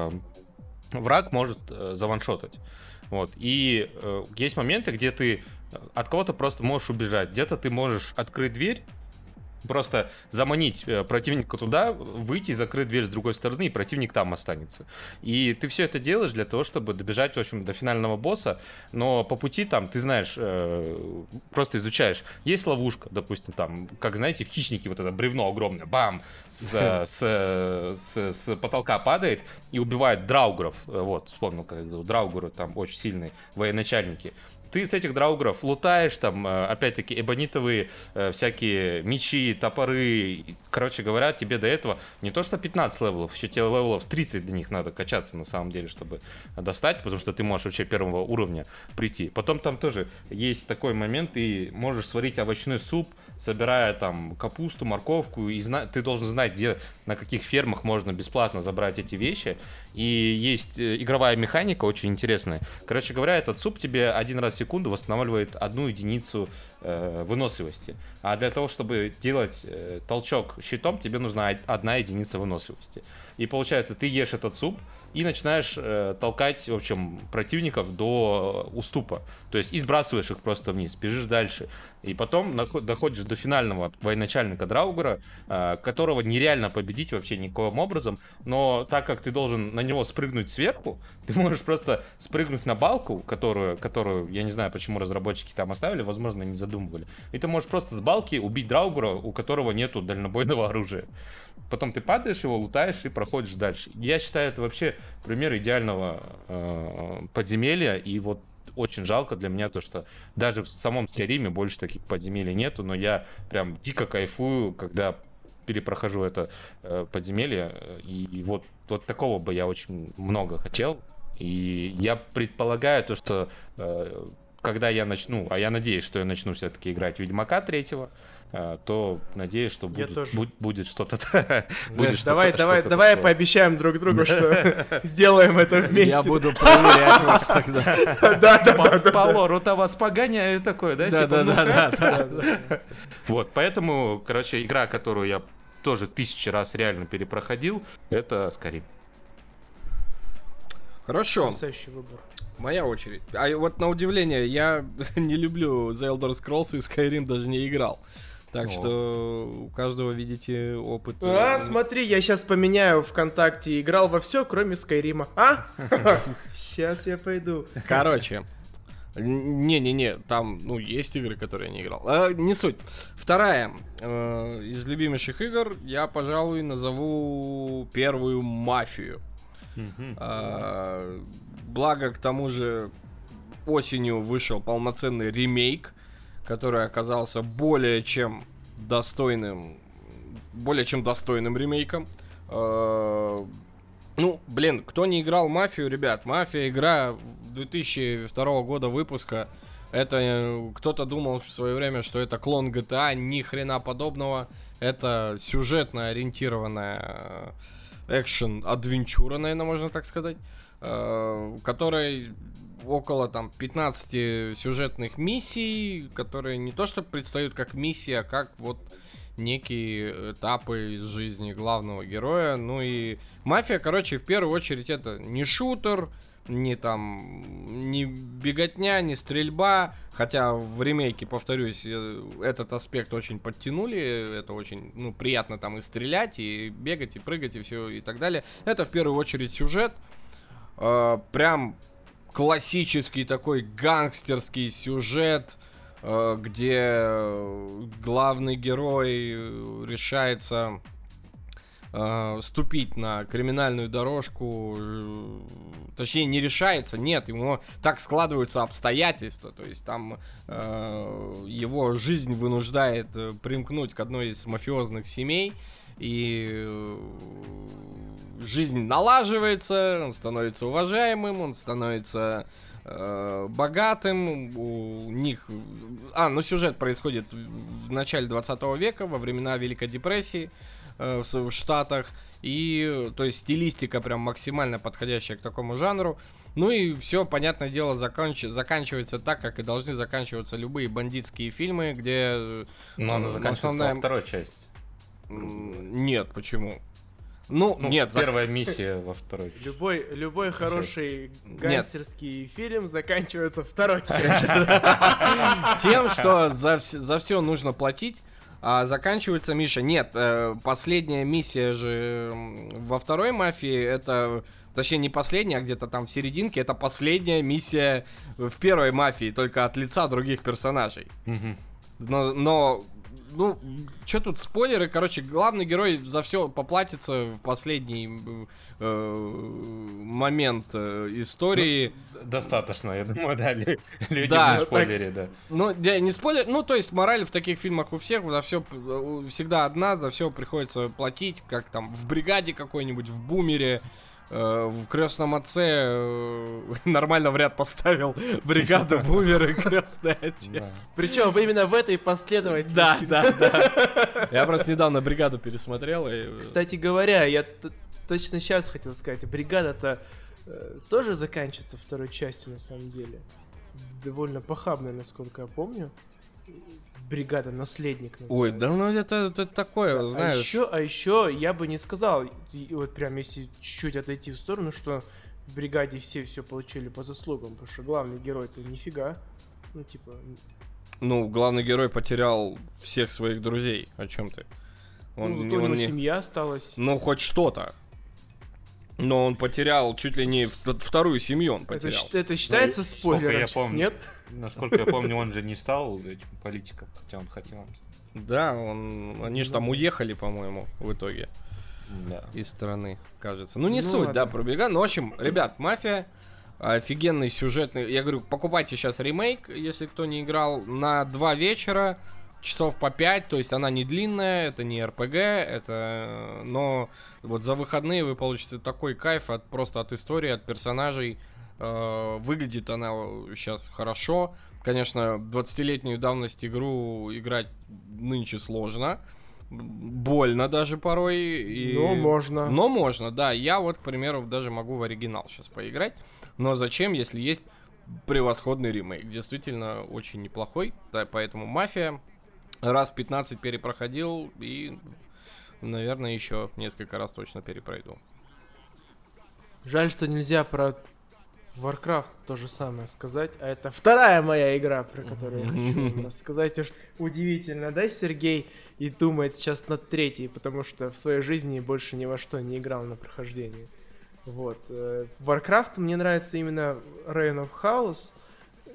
враг может заваншотать. Вот. И есть моменты, где ты от кого-то просто можешь убежать. Где-то ты можешь открыть дверь, просто заманить противника туда, выйти и закрыть дверь с другой стороны, и противник там останется. И ты все это делаешь для того, чтобы добежать, в общем, до финального босса, но по пути там, ты знаешь, просто изучаешь. Есть ловушка, допустим, там, как знаете, в Хищнике вот это бревно огромное, бам, с потолка падает и убивает драугров. Вот, вспомнил, как их зовут, драугры, там очень сильные военачальники. Ты с этих драугров лутаешь, там, опять-таки, эбонитовые всякие мечи, топоры. Короче говоря, тебе до этого не то что 15 левелов, еще тебе левелов 30 до них надо качаться, на самом деле, чтобы достать, потому что ты можешь вообще первого уровня прийти. Потом там тоже есть такой момент, ты можешь сварить овощной суп, собирая там капусту, морковку, и ты должен знать, где, на каких фермах можно бесплатно забрать эти вещи. И есть игровая механика очень интересная. Короче говоря, этот суп тебе один раз в секунду восстанавливает 1 единицу выносливости. А для того, чтобы делать толчок щитом, тебе нужна 1 единица выносливости. И получается, ты ешь этот суп и начинаешь толкать, в общем, противников до уступа. То есть и сбрасываешь их просто вниз, бежишь дальше. И потом доходишь до финального военачальника Драугра, которого нереально победить вообще никаким образом. Но так как ты должен на него спрыгнуть сверху, ты можешь просто спрыгнуть на балку, которую я не знаю, почему разработчики там оставили, возможно, не задумывали. И ты можешь просто с балки убить Драугра, у которого нету дальнобойного оружия. Потом ты падаешь его, лутаешь и проходишь дальше. Я считаю, это вообще пример идеального подземелья. И вот очень жалко для меня то, что даже в самом Skyrim больше таких подземелий нету. Но я прям дико кайфую, когда перепрохожу это подземелье. И вот такого бы я очень много хотел. И я предполагаю то, что когда я начну, а я надеюсь, что я начну все-таки играть Ведьмака 3-го, то надеюсь, что будет что-то. Давай пообещаем друг другу, что сделаем это вместе. Я буду проверять вас тогда. Да. По лору-то вас погоняю такое, да? Да. Вот, поэтому, короче, игра, которую я тоже 1000 раз реально перепроходил, это Skyrim. Хорошо. Потрясающий выбор. Моя очередь. А вот на удивление, я не люблю The Elder Scrolls и Skyrim даже не играл. Так что у каждого, видите, опыт. Смотри, я сейчас поменяю ВКонтакте. Играл во все, кроме Скайрима. Сейчас я пойду. Короче. Не, там, есть игры, которые я не играл. Не суть. Вторая из любимейших игр я, пожалуй, назову первую Мафию. Благо, к тому же, осенью вышел полноценный ремейк, который оказался более чем достойным ремейком. Ну, блин, кто не играл «Мафию», ребят, «Мафия» игра 2002 года выпуска. Это кто-то думал в свое время, что это клон GTA, ни хрена подобного. Это сюжетно ориентированная экшен-адвенчура, наверное, можно так сказать, которой около там 15 сюжетных миссий, которые не то что предстают как миссия, а как вот некие этапы из жизни главного героя. Ну и «Мафия», короче, в первую очередь это не шутер, не беготня, не стрельба. Хотя в ремейке, повторюсь, этот аспект очень подтянули. Это очень, приятно там и стрелять, и бегать, и прыгать, и все, и так далее. Это в первую очередь сюжет. Прям классический такой гангстерский сюжет, где главный герой решается ступить на криминальную дорожку, точнее не решается, нет, ему так складываются обстоятельства, то есть там его жизнь вынуждает примкнуть к одной из мафиозных семей, и жизнь налаживается, он становится уважаемым, он становится богатым, у них... сюжет происходит в начале 20 века, во времена Великой депрессии в Штатах, и, то есть, стилистика прям максимально подходящая к такому жанру. Ну и все, понятное дело, заканчивается так, как и должны заканчиваться любые бандитские фильмы, где... Но она заканчивается во второй части. Нет, почему? Нет. Первая миссия во второй. Любой хороший гангстерский фильм заканчивается второй частью. Тем, что за все нужно платить, а заканчивается, Миша, нет, последняя миссия же во второй «Мафии», это, точнее, не последняя, а где-то там в серединке, это последняя миссия в первой «Мафии», только от лица других персонажей. Но что тут спойлеры? Короче, главный герой за все поплатится в последний момент истории. Достаточно, я думаю, да, люди не спойлерят, да. Не спойлер, то есть мораль в таких фильмах у всех за все всегда одна, за все приходится платить, как там в «Бригаде» какой-нибудь, в «Бумере», в «Крестном отце» нормально в ряд поставил «Бригада», «Бумер» и «Крестный отец». Да. Причем именно в этой последовательности. Да. Я просто недавно «Бригаду» пересмотрел. Кстати говоря, я точно сейчас хотел сказать, «Бригада»-то тоже заканчивается второй частью, на самом деле. Довольно похабная, насколько я помню. «Бригада. Наследник» называется. Ой, да это такое, знаешь. А еще я бы не сказал, вот прям если чуть-чуть отойти в сторону, что в «Бригаде» все получили по заслугам, потому что главный герой-то нифига. Главный герой потерял всех своих друзей. О чем ты? У него семья осталась. Хоть что-то. Но он потерял чуть ли не вторую семью, он потерял. Это считается спойлером? Нет? Насколько я помню, он же не стал этим политиком, хотя он хотел. Да, они же там уехали, по-моему, в итоге. Да. Из страны, кажется. Не суть, да, пробегаю. В общем, ребят, «Мафия», офигенный сюжетный. Я говорю, покупайте сейчас ремейк, если кто не играл, на 2 вечера, часов по 5, то есть она не длинная, это не РПГ, но вот за выходные вы получите такой кайф просто от истории, от персонажей. Выглядит она сейчас хорошо. Конечно, 20-летнюю давность игру играть нынче сложно. Больно даже порой. Но можно, да. Я вот, к примеру, даже могу в оригинал сейчас поиграть. Но зачем, если есть превосходный ремейк? Действительно очень неплохой. Да, поэтому «Мафия» раз 15 перепроходил и, наверное, еще несколько раз точно перепройду. Жаль, что нельзя про Warcraft то же самое сказать, а это вторая моя игра, про которую я хочу рассказать. Уж удивительно, да, Сергей? И думает сейчас над третьей, потому что в своей жизни больше ни во что не играл на прохождении. Вот. Warcraft мне нравится именно Reign of Chaos.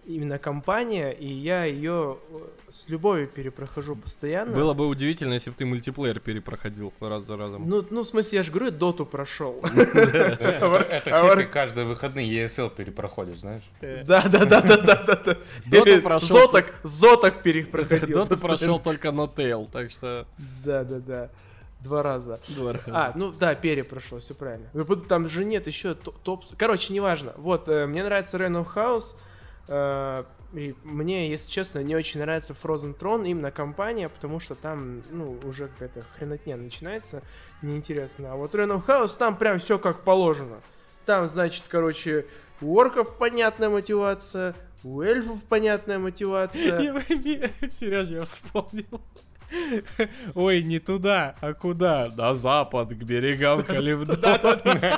именно кампания, и я ее с любовью перепрохожу постоянно. Было бы удивительно, если бы ты мультиплеер перепроходил раз за разом. Ну, в смысле, я же говорю, доту прошел. Это как ты каждые выходные ESL перепроходишь, знаешь? Да. Доту прошел. Зоток перепроходил. Доту прошел только Notale, так что... Да. 2 раза. Ну да, перепрошел, все правильно. Там же нет еще топс. Короче, неважно. Вот, мне нравится Reign of Chaos. И мне, если честно, не очень нравится Frozen Throne, именно компания, потому что там, ну, уже какая-то хренотня начинается, неинтересно. А вот Reign of Chaos, там прям все как положено. Там, значит, короче, у орков понятная мотивация, у эльфов понятная мотивация. Сережа, я вспомнил. Ой, не туда, а куда? На запад, к берегам Калимдона.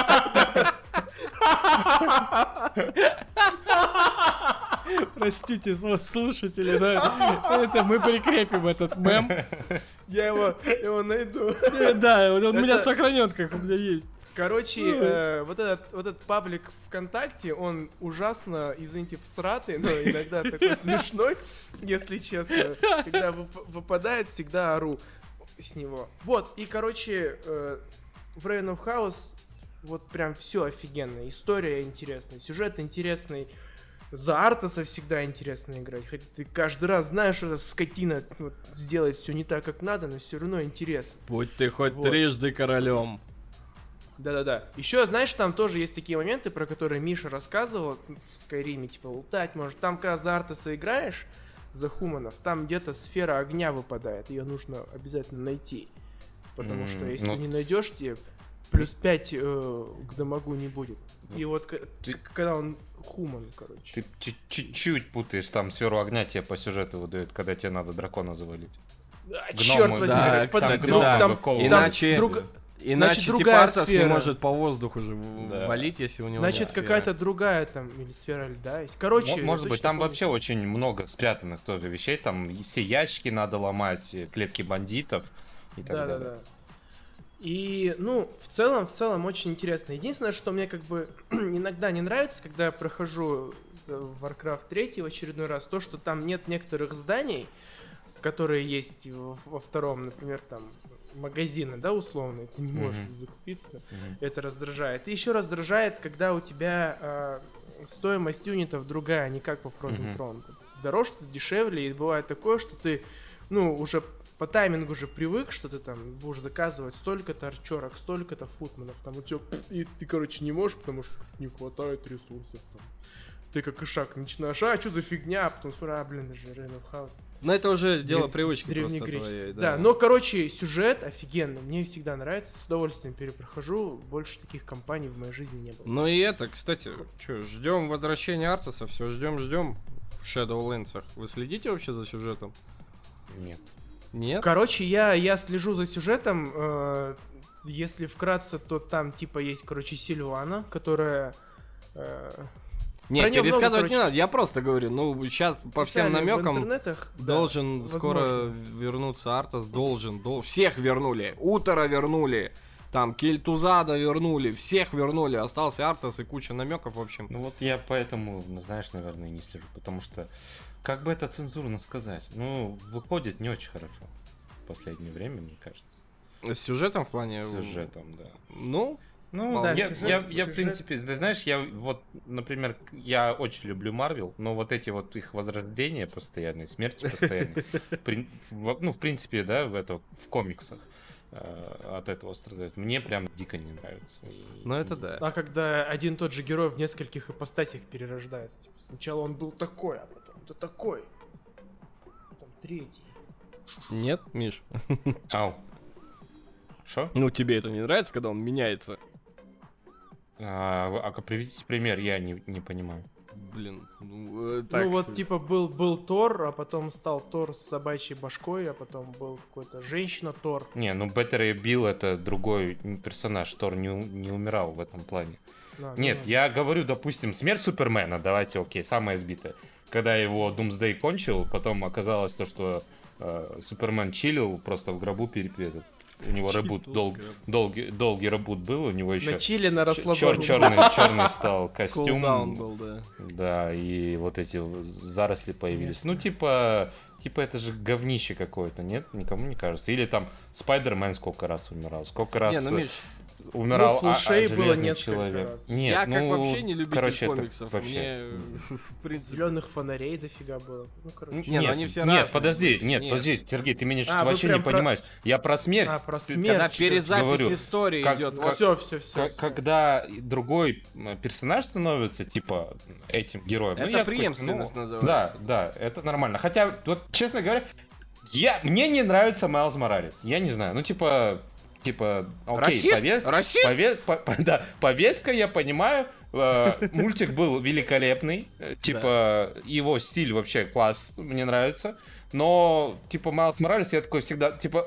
Простите, слушатели, да, это мы прикрепим этот мем. Я его найду. Да, он у меня сохранен, как у меня есть. Короче, вот этот паблик ВКонтакте, он ужасно, извините, всратый, но иногда такой смешной, если честно. Когда выпадает, всегда ору с него. Вот, и, короче, в Reign of Chaos вот прям все офигенно. История интересная, сюжет интересный. За Артаса всегда интересно играть. Хотя ты каждый раз знаешь, что эта скотина вот, сделает все не так, как надо, но все равно интересно. Будь ты хоть трижды королем. Да. Еще, знаешь, там тоже есть такие моменты, про которые Миша рассказывал в Скайриме, типа лутать может. Там, когда за Артаса играешь, за Хуманов, там где-то сфера огня выпадает. Ее нужно обязательно найти. Потому что если ты не найдешь, тебе плюс 5 к дамагу не будет. И вот когда он Хуман, короче. Ты чуть-чуть путаешь, там сферу огня тебе по сюжету выдают, когда тебе надо дракона завалить. Черт возьми, да, кстати, да. Иначе типа Артас не может по воздуху же валить, если у него значит, нет сферы. какая-то другая там, или сфера льда есть. Короче, может быть, там вообще очень много спрятанных тоже вещей. Там все ящики надо ломать, клетки бандитов и так далее. Да. И, ну, в целом очень интересно. Единственное, что мне как бы иногда не нравится, когда я прохожу Warcraft 3 в очередной раз, то, что там нет некоторых зданий, которые есть во втором, например, там, магазины, да, условно, ты не можешь закупиться, это раздражает. И еще раздражает, когда у тебя стоимость юнитов другая, не как по Frozen Throne. Дороже, дешевле, и бывает такое, что ты, ну, уже по таймингу уже привык, что ты там будешь заказывать столько-то арчерок, столько-то футманов, там, и ты, короче, не можешь, потому что не хватает ресурсов, там. Ты как ишак начинаешь, что за фигня, а потом смотрю, блин, это же Reign of Chaos. Но это уже дело привычки просто твоей. Да, но, короче, сюжет офигенный, мне всегда нравится, с удовольствием перепрохожу, больше таких компаний в моей жизни не было. Ну и это, кстати, что, ждем возвращения Артаса, все ждем в Shadowlands. Вы следите вообще за сюжетом? Нет? Короче, я слежу за сюжетом, если вкратце, то там типа есть, короче, Сильвана, которая... Нет, пересказывать не надо, я просто говорю, ну, сейчас по всем намекам должен скоро вернуться Артас, должен, всех вернули, Утора вернули, там, Кельтузада вернули, всех вернули, остался Артас и куча намеков, в общем. Ну вот я поэтому, знаешь, наверное, не слежу, потому что, как бы это цензурно сказать, ну, выходит не очень хорошо в последнее время, мне кажется. С сюжетом в плане? С сюжетом, да. Ну, да, я в принципе, ты знаешь, я вот, например, я очень люблю Марвел, но вот эти вот их возрождения постоянные, смерти постоянные, ну, в принципе, да, в комиксах от этого страдают. Мне прям дико не нравится. Ну, это да. А когда один тот же герой в нескольких ипостасях перерождается, типа, сначала он был такой, а потом то такой, потом третий. Нет, Миш? Ау. Шо? Ну, тебе это не нравится, когда он меняется? Приведите пример, я не понимаю. Блин, так... Ну вот типа был Тор, а потом стал Тор с собачьей башкой, а потом был какой-то женщина-Тор. Не, ну Better Bill это другой персонаж, Тор не умирал в этом плане. Нет, я говорю, допустим, смерть Супермена, давайте, окей, самая избитая. Когда его Doomsday кончил, потом оказалось то, что Супермен чилил, просто в гробу у него ребут, долгий ребут был, у него еще На чили, на расслабоне. черный стал костюм. Кулдаун был, да. Да, и вот эти заросли появились. Ну, типа это же говнище какое-то, нет? Никому не кажется. Или там Спайдермен сколько раз умирал, сколько раз... Не, ну, Миш, умирал Флэшей было Железный несколько человек. раз. Нет, я как вообще не любитель короче, это комиксов. вообще... Мне, в принципе... Зеленых фонарей дофига было. Ну, короче. Не, ну они все разные. Подожди, Нет. подожди, Сергей, ты меня А, что-то вы вообще прям не про- понимаешь. Я про смерть. Про смерть. Когда всё. перезапись говорю, истории как- идет. как- Все. Когда другой персонаж становится, типа, этим героем. Это я такой, преемственность ну, называется. Да, это нормально. Хотя, вот, честно говоря, мне не нравится Майлз Моралес. Я не знаю, ну, типа, окей, Расист? Расист? да, повестка, я понимаю. Мультик был великолепный. Типа, его стиль вообще класс, мне нравится. Но, типа, Майлз Моралес, я такой всегда, типа,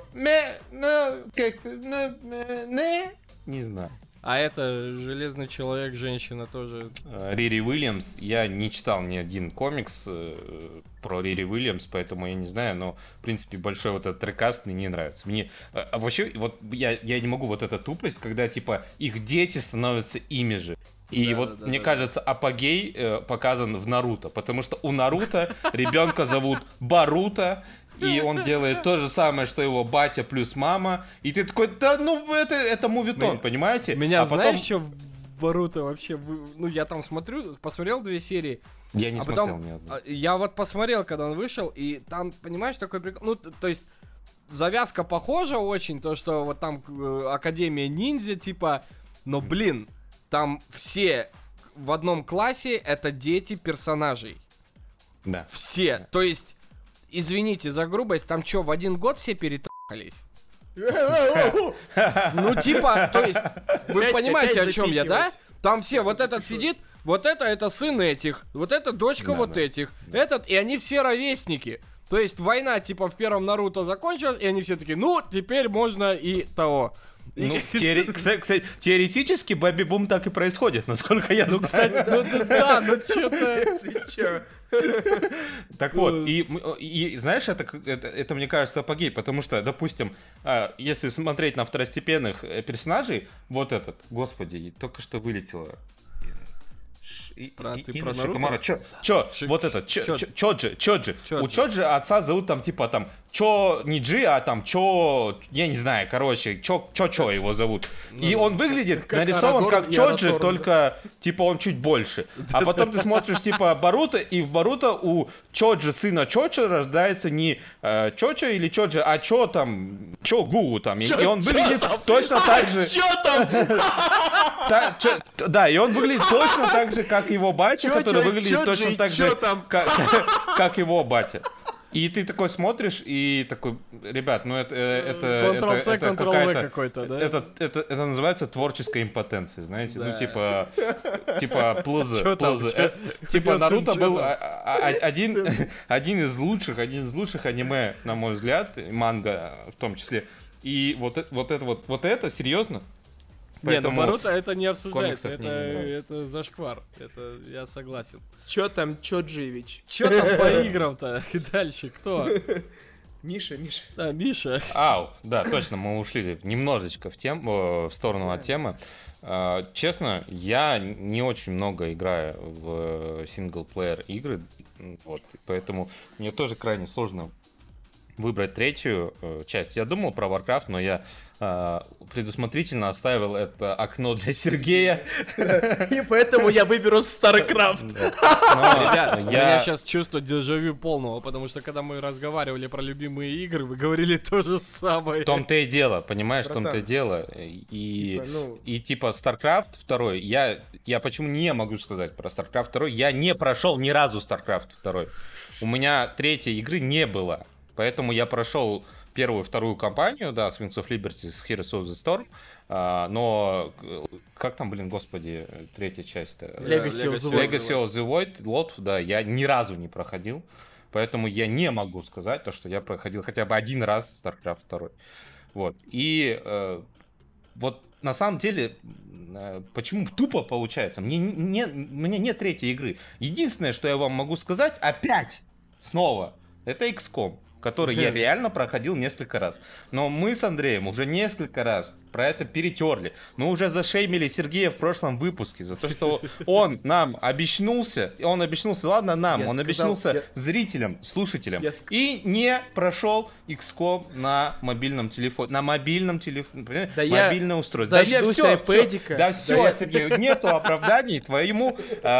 не знаю. А это Железный человек, женщина тоже. Рири Уильямс, я не читал ни один комикс про Рири Уильямс, поэтому я не знаю, но, в принципе, большой вот этот рекаст мне не нравится. Мне вообще, вот я не могу вот эта тупость, когда, типа, их дети становятся ими же. И мне кажется, апогей показан в Наруто, потому что у Наруто ребенка зовут Баруто, и он делает то же самое, что его батя плюс мама, и ты такой, да ну это мувитон, понимаете? Меня знаешь, что в Боруто вообще... Ну, я там посмотрел 2 серии. Я не смотрел потом, ни одну. Я вот посмотрел, когда он вышел, и там, понимаешь, такой прикол... Ну, то есть, завязка похожа очень, то, что вот там Академия ниндзя, типа... Но, блин, там все в одном классе это дети персонажей. Да. Все. То есть, извините за грубость, там что, в один год все перетрахались? Ну, типа, то есть, вы понимаете, о чем я, да? Там все, вот этот сидит, вот это сын этих, вот это дочка вот этих, этот, и они все ровесники. То есть, война, типа, в первом Наруто закончилась, и они все такие, ну, теперь можно и того. Ну, кстати, теоретически Бэби Бум так и происходит, насколько я знаю. Кстати, ну что-то... Так вот, и знаешь, это мне кажется апогей, потому что, допустим, если смотреть на второстепенных персонажей, вот этот, господи, только что вылетело. Ты про Наруто? Чё, вот этот, Чоджи. У Чоджи отца зовут там, типа, там, Чо не Джи, а там Чо, я не знаю, короче, Чо его зовут. И он выглядит нарисован как Чоджи, только, типа, он чуть больше. А потом ты смотришь, типа, Боруто, и в Боруто у Чоджи, сына Чоджи, рождается не Чоча или Чоджи, а Чо там, Чо Гугу там. И он выглядит точно так же. Чё там? Да, и он выглядит точно так же, как его батя, который выглядит точно так же, как его батя. И ты такой смотришь и такой, ребят, ну это Ctrl-C, Ctrl-V какой-то, да? Это называется творческой импотенцией, знаете, ну типа плз. Типа Наруто был один из лучших аниме, на мой взгляд, манга в том числе. И вот это серьезно. Не, ну Боруто это не обсуждается, комиксов мне не это зашквар, это я согласен. Чё там Чоджевич? Чё там по играм-то? Дальше кто? Миша. Да, Миша. Да, точно, мы ушли немножечко в сторону от темы. Честно, я не очень много играю в синглплеер игры, вот, поэтому мне тоже крайне сложно выбрать третью часть. Я думал про Warcraft, но я предусмотрительно оставил это окно для Сергея. И поэтому я выберу StarCraft. Ребят, я сейчас чувствую дежавю полного, потому что когда мы разговаривали про любимые игры, вы говорили то же самое. В том-то и дело, понимаешь, в том-то и дело. И типа StarCraft 2, я почему не могу сказать про StarCraft 2, я не прошел ни разу StarCraft 2. У меня третьей игры не было, поэтому я прошел первую, вторую кампанию, да, с Wings of Liberty, с Heroes of the Storm, но как там, господи, третья часть-то? Legacy of the Void, Lot, да, я ни разу не проходил, поэтому я не могу сказать то, что я проходил хотя бы один раз StarCraft 2. Вот, и вот на самом деле, почему тупо получается? У меня нет третьей игры. Единственное, что я вам могу сказать, опять, снова, это XCOM. который я реально проходил несколько раз. Но мы с Андреем уже несколько раз про это перетерли. Мы уже зашеймили Сергея в прошлом выпуске за то, что он нам обещнулся, ладно нам, он обещнулся зрителям, слушателям, и не прошел XCOM на мобильном телефоне. На мобильном телефоне, мобильное устройство. Да все, Сергей, нету оправданий твоему...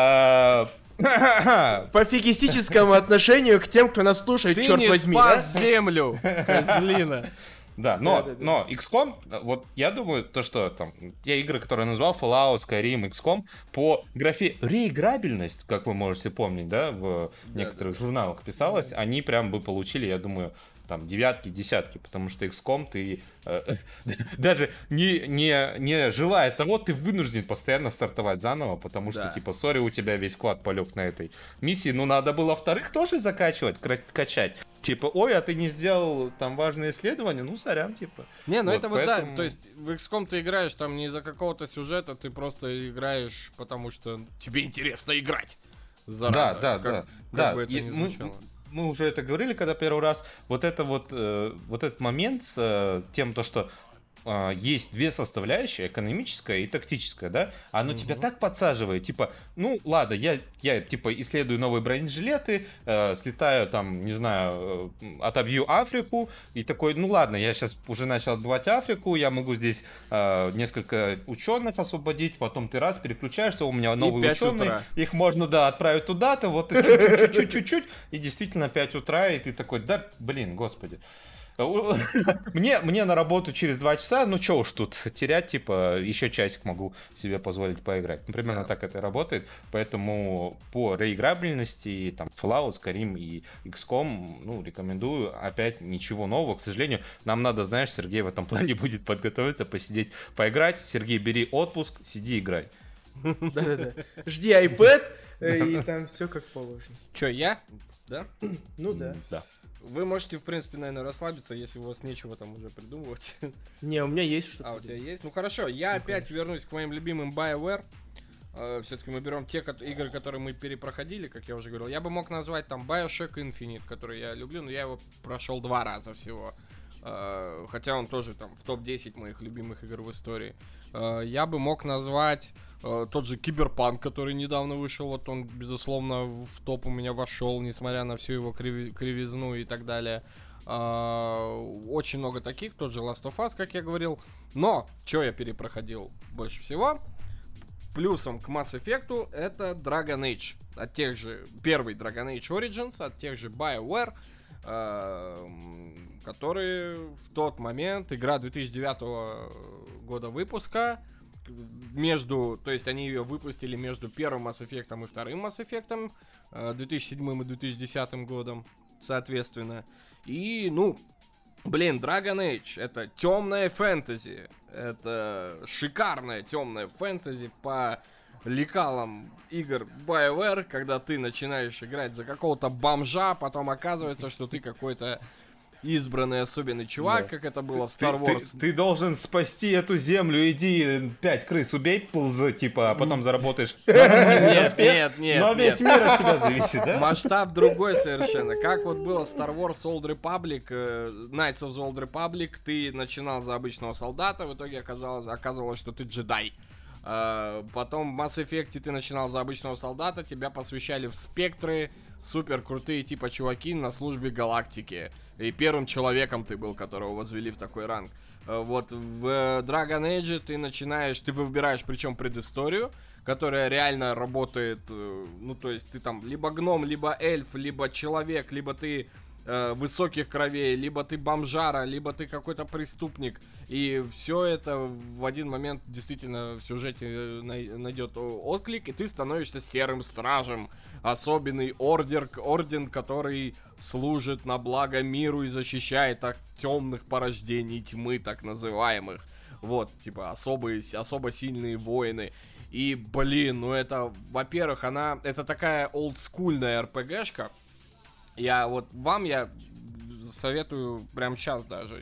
пофигистическому отношению к тем, кто нас слушает, черт возьми. Ты не спас землю, козлина. Да, но XCOM, вот я думаю, то, что там те игры, которые я назвал, Fallout, Skyrim, XCOM, по графе реиграбельность, как вы можете помнить, да, в некоторых журналах писалось, они прям бы получили, я думаю, там девятки, десятки, потому что XCOM ты даже не желая того, ты вынужден постоянно стартовать заново, потому что, типа, сори, у тебя весь склад полег на этой миссии, ну надо было вторых тоже закачивать, качать. Типа, ой, а ты не сделал там важные исследования, ну сорян, типа. Не, ну вот это поэтому... да, то есть в XCOM ты играешь там не из-за какого-то сюжета, ты просто играешь, потому что тебе интересно играть. Зараза. Да. Бы это ни звучало. Мы уже это говорили, когда первый раз. Вот этот момент с тем, то, что есть две составляющие, экономическая и тактическая, да, оно тебя так подсаживает, типа, ну, ладно, я типа, исследую новые бронежилеты, слетаю там, не знаю, отобью Африку, и такой, ну, ладно, я сейчас уже начал отбивать Африку, я могу здесь несколько ученых освободить, потом ты раз переключаешься, у меня новые ученые, их можно, отправить туда-то, вот чуть-чуть, и действительно 5 утра, и ты такой, да, блин, господи. Мне на работу через 2 часа, ну чё уж тут терять, типа, еще часик могу себе позволить поиграть. Ну, примерно так это работает, поэтому по реиграбельности, там, Fallout, Skyrim и XCOM, ну, рекомендую, опять ничего нового, к сожалению, нам надо, знаешь, Сергей в этом плане будет подготовиться, посидеть, поиграть. Сергей, бери отпуск, сиди, играй. Да-да-да. Жди iPad, и там все как положено. Чё, я? Да? Ну да. Да. Вы можете, в принципе, наверное, расслабиться, если у вас нечего там уже придумывать. Не, у меня есть что-то. А, у тебя есть? Ну хорошо, я опять вернусь к моим любимым BioWare. Все-таки мы берем те игры, которые мы перепроходили, как я уже говорил. Я бы мог назвать там Bioshock Infinite, который я люблю, но я его прошел 2 раза всего. Хотя он тоже там в топ-10 моих любимых игр в истории. Я бы мог назвать тот же Киберпанк, который недавно вышел. Вот он, безусловно, в топ у меня вошел, несмотря на всю его кривизну и так далее. Очень много таких. Тот же Last of Us, как я говорил. Но, что я перепроходил больше всего? Плюсом к Mass Effect это Dragon Age. От тех же, первый Dragon Age Origins, от тех же BioWare, которые в тот момент, игра 2009 года выпуска, то есть они ее выпустили между первым Mass Effect и вторым Mass Effect, 2007 и 2010 годом, соответственно. И, Dragon Age — это темная фэнтези, это шикарная темная фэнтези по лекалам игр BioWare, когда ты начинаешь играть за какого-то бомжа, потом оказывается, что ты какой-то избранный особенный чувак, как это было в Star Wars. Ты должен спасти эту землю, иди 5 крыс убей, типа, а потом заработаешь. Нет. Но весь мир от тебя зависит, да? Масштаб другой совершенно. Как вот было Star Wars Old Republic, Knights of the Old Republic, ты начинал за обычного солдата, в итоге оказалось, что ты джедай. Потом в Mass Effect ты начинал за обычного солдата, тебя посвящали в спектры, супер крутые типа чуваки на службе галактики. И первым человеком ты был, которого возвели в такой ранг. Вот в Dragon Age ты выбираешь причем предысторию, которая реально работает, то есть ты там либо гном, либо эльф, либо человек, либо ты высоких кровей, либо ты бомжара, либо ты какой-то преступник. И все это в один момент действительно в сюжете найдет отклик, и ты становишься серым стражем. Особенный орден, который служит на благо миру и защищает от темных порождений тьмы, так называемых. Вот, типа, особо сильные воины. И, это, во-первых, это такая олдскульная РПГшка. Я советую прямо сейчас даже.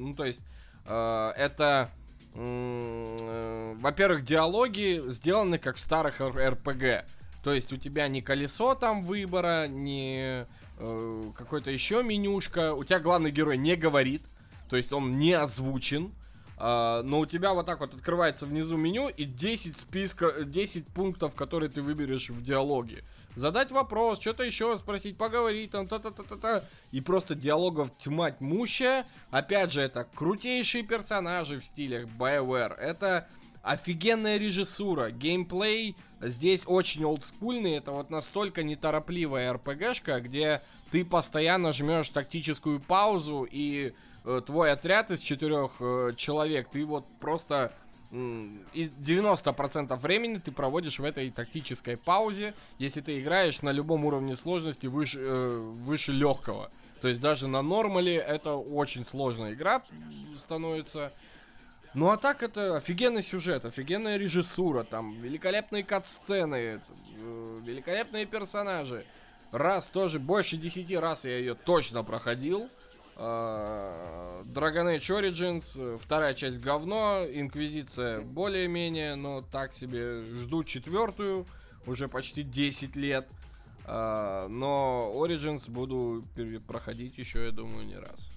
Это, во-первых, диалоги сделаны как в старых РПГ. То есть у тебя не колесо там выбора, не какой-то еще менюшка. У тебя главный герой не говорит, то есть он не озвучен. Но у тебя вот так вот открывается внизу меню и 10 пунктов, которые ты выберешь в диалоге. Задать вопрос, что-то еще спросить, поговорить, там, та-та-та-та-та. И просто диалогов тьма тьмущая. Опять же, это крутейшие персонажи в стилях BioWare. Это офигенная режиссура. Геймплей здесь очень олдскульный. Это вот настолько неторопливая РПГшка, где ты постоянно жмешь тактическую паузу и твой отряд из 4 человек, ты вот просто... Из 90% времени ты проводишь в этой тактической паузе, если ты играешь на любом уровне сложности выше легкого. То есть даже на нормале это очень сложная игра становится. Ну а так это офигенный сюжет, офигенная режиссура, там великолепные кат-сцены, великолепные персонажи. Больше 10 раз я ее точно проходил. Dragon Age Origins, вторая часть говно, Инквизиция более-менее, но так себе. Жду 4-ю, уже почти 10 лет. Но Origins буду проходить еще, я думаю, не раз.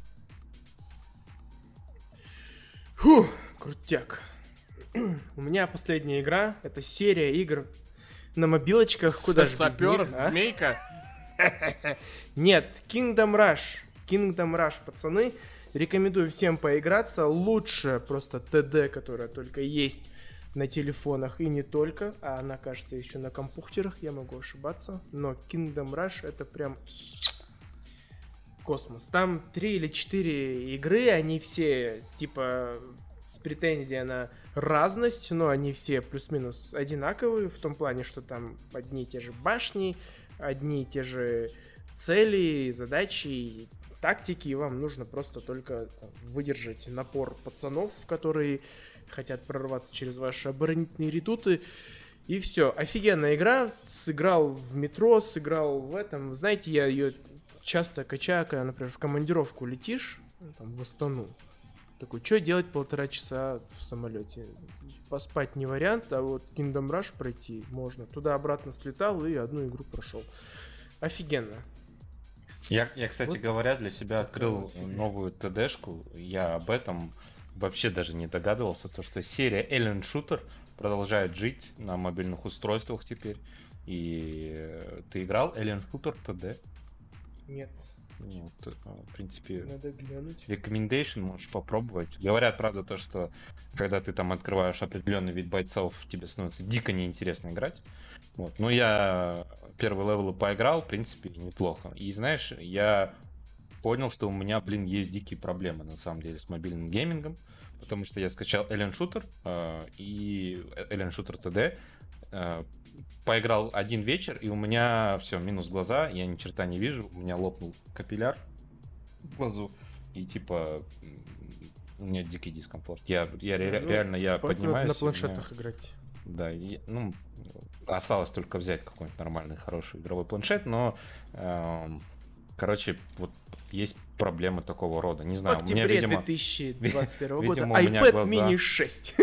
Фу, крутяк. У меня последняя игра, это серия игр на мобилочках. Куда же без Сапер, них, а? змейка? Нет, Kingdom Rush, пацаны. Рекомендую всем поиграться. Лучше просто ТД, которая только есть на телефонах и не только. А она, кажется, еще на компьютерах. Я могу ошибаться. Но Kingdom Rush это прям космос. Там 3 или 4 игры. Они все типа с претензией на разность. Но они все плюс-минус одинаковые. В том плане, что там одни и те же башни. Одни и те же цели, задачи, тактики, и вам нужно просто только выдержать напор пацанов, которые хотят прорваться через ваши оборонительные редуты, и все. Офигенная игра, сыграл в метро, сыграл в этом, знаете, я ее часто качаю, когда, например, в командировку летишь, там, в Астану, такой, что делать 1,5 часа в самолете? Поспать не вариант, а вот Kingdom Rush пройти можно. Туда-обратно слетал и одну игру прошел. Офигенно. Я, кстати Вот. говоря, для себя открыл Вот тебе. новую ТДшку. Я об этом вообще даже не догадывался. То, что серия Alien Shooter продолжает жить на мобильных устройствах теперь. И ты играл Alien Shooter TD? Нет, Вот, в принципе, надо глянуть. recommendation можешь попробовать. Говорят, правда, то, что когда ты там открываешь определенный вид бойцов, тебе становится дико неинтересно играть. Вот. Но я первый левел поиграл, в принципе, неплохо. И знаешь, я понял, что у меня, есть дикие проблемы, на самом деле, с мобильным геймингом, потому что я скачал Alien Shooter и Alien Shooter TD, поиграл один вечер, и у меня все, минус глаза, я ни черта не вижу, у меня лопнул капилляр в глазу, и типа у меня дикий дискомфорт. Реально, я Поэтому поднимаюсь. на планшетах играть. Да, осталось только взять какой-нибудь нормальный, хороший игровой планшет, но, короче, вот есть проблемы такого рода. Не знаю, В у меня, октябре видимо, 2021 года видимо, у меня iPad глаза- mini 6.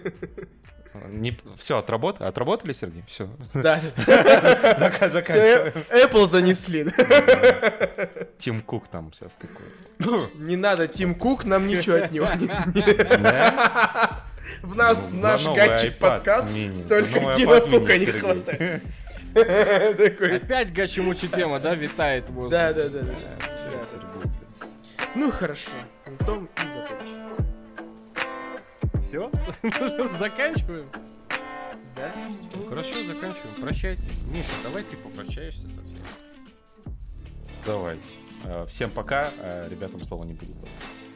Все, отработали, Сергей? Все. Да. Заканчиваем. Все, Apple занесли. Тим Кук там все стыкует. Не надо, Тим Кук, нам ничего от него не... Да? В нас Ну, наш за новый гачик iPad подкаст, mini, за только новый Тима iPad mini, Кука не Сергей. хватает. Такой, Опять гачи-мучи тема, да, витает в воздухе? да. Всё, Сергей. Ну хорошо, на том и закончим. Все? Заканчиваем? Да? Хорошо, заканчиваем. Прощайтесь. Миша, давай ты попрощаешься со всеми. Давай. Всем пока. Ребятам слова не буду давать.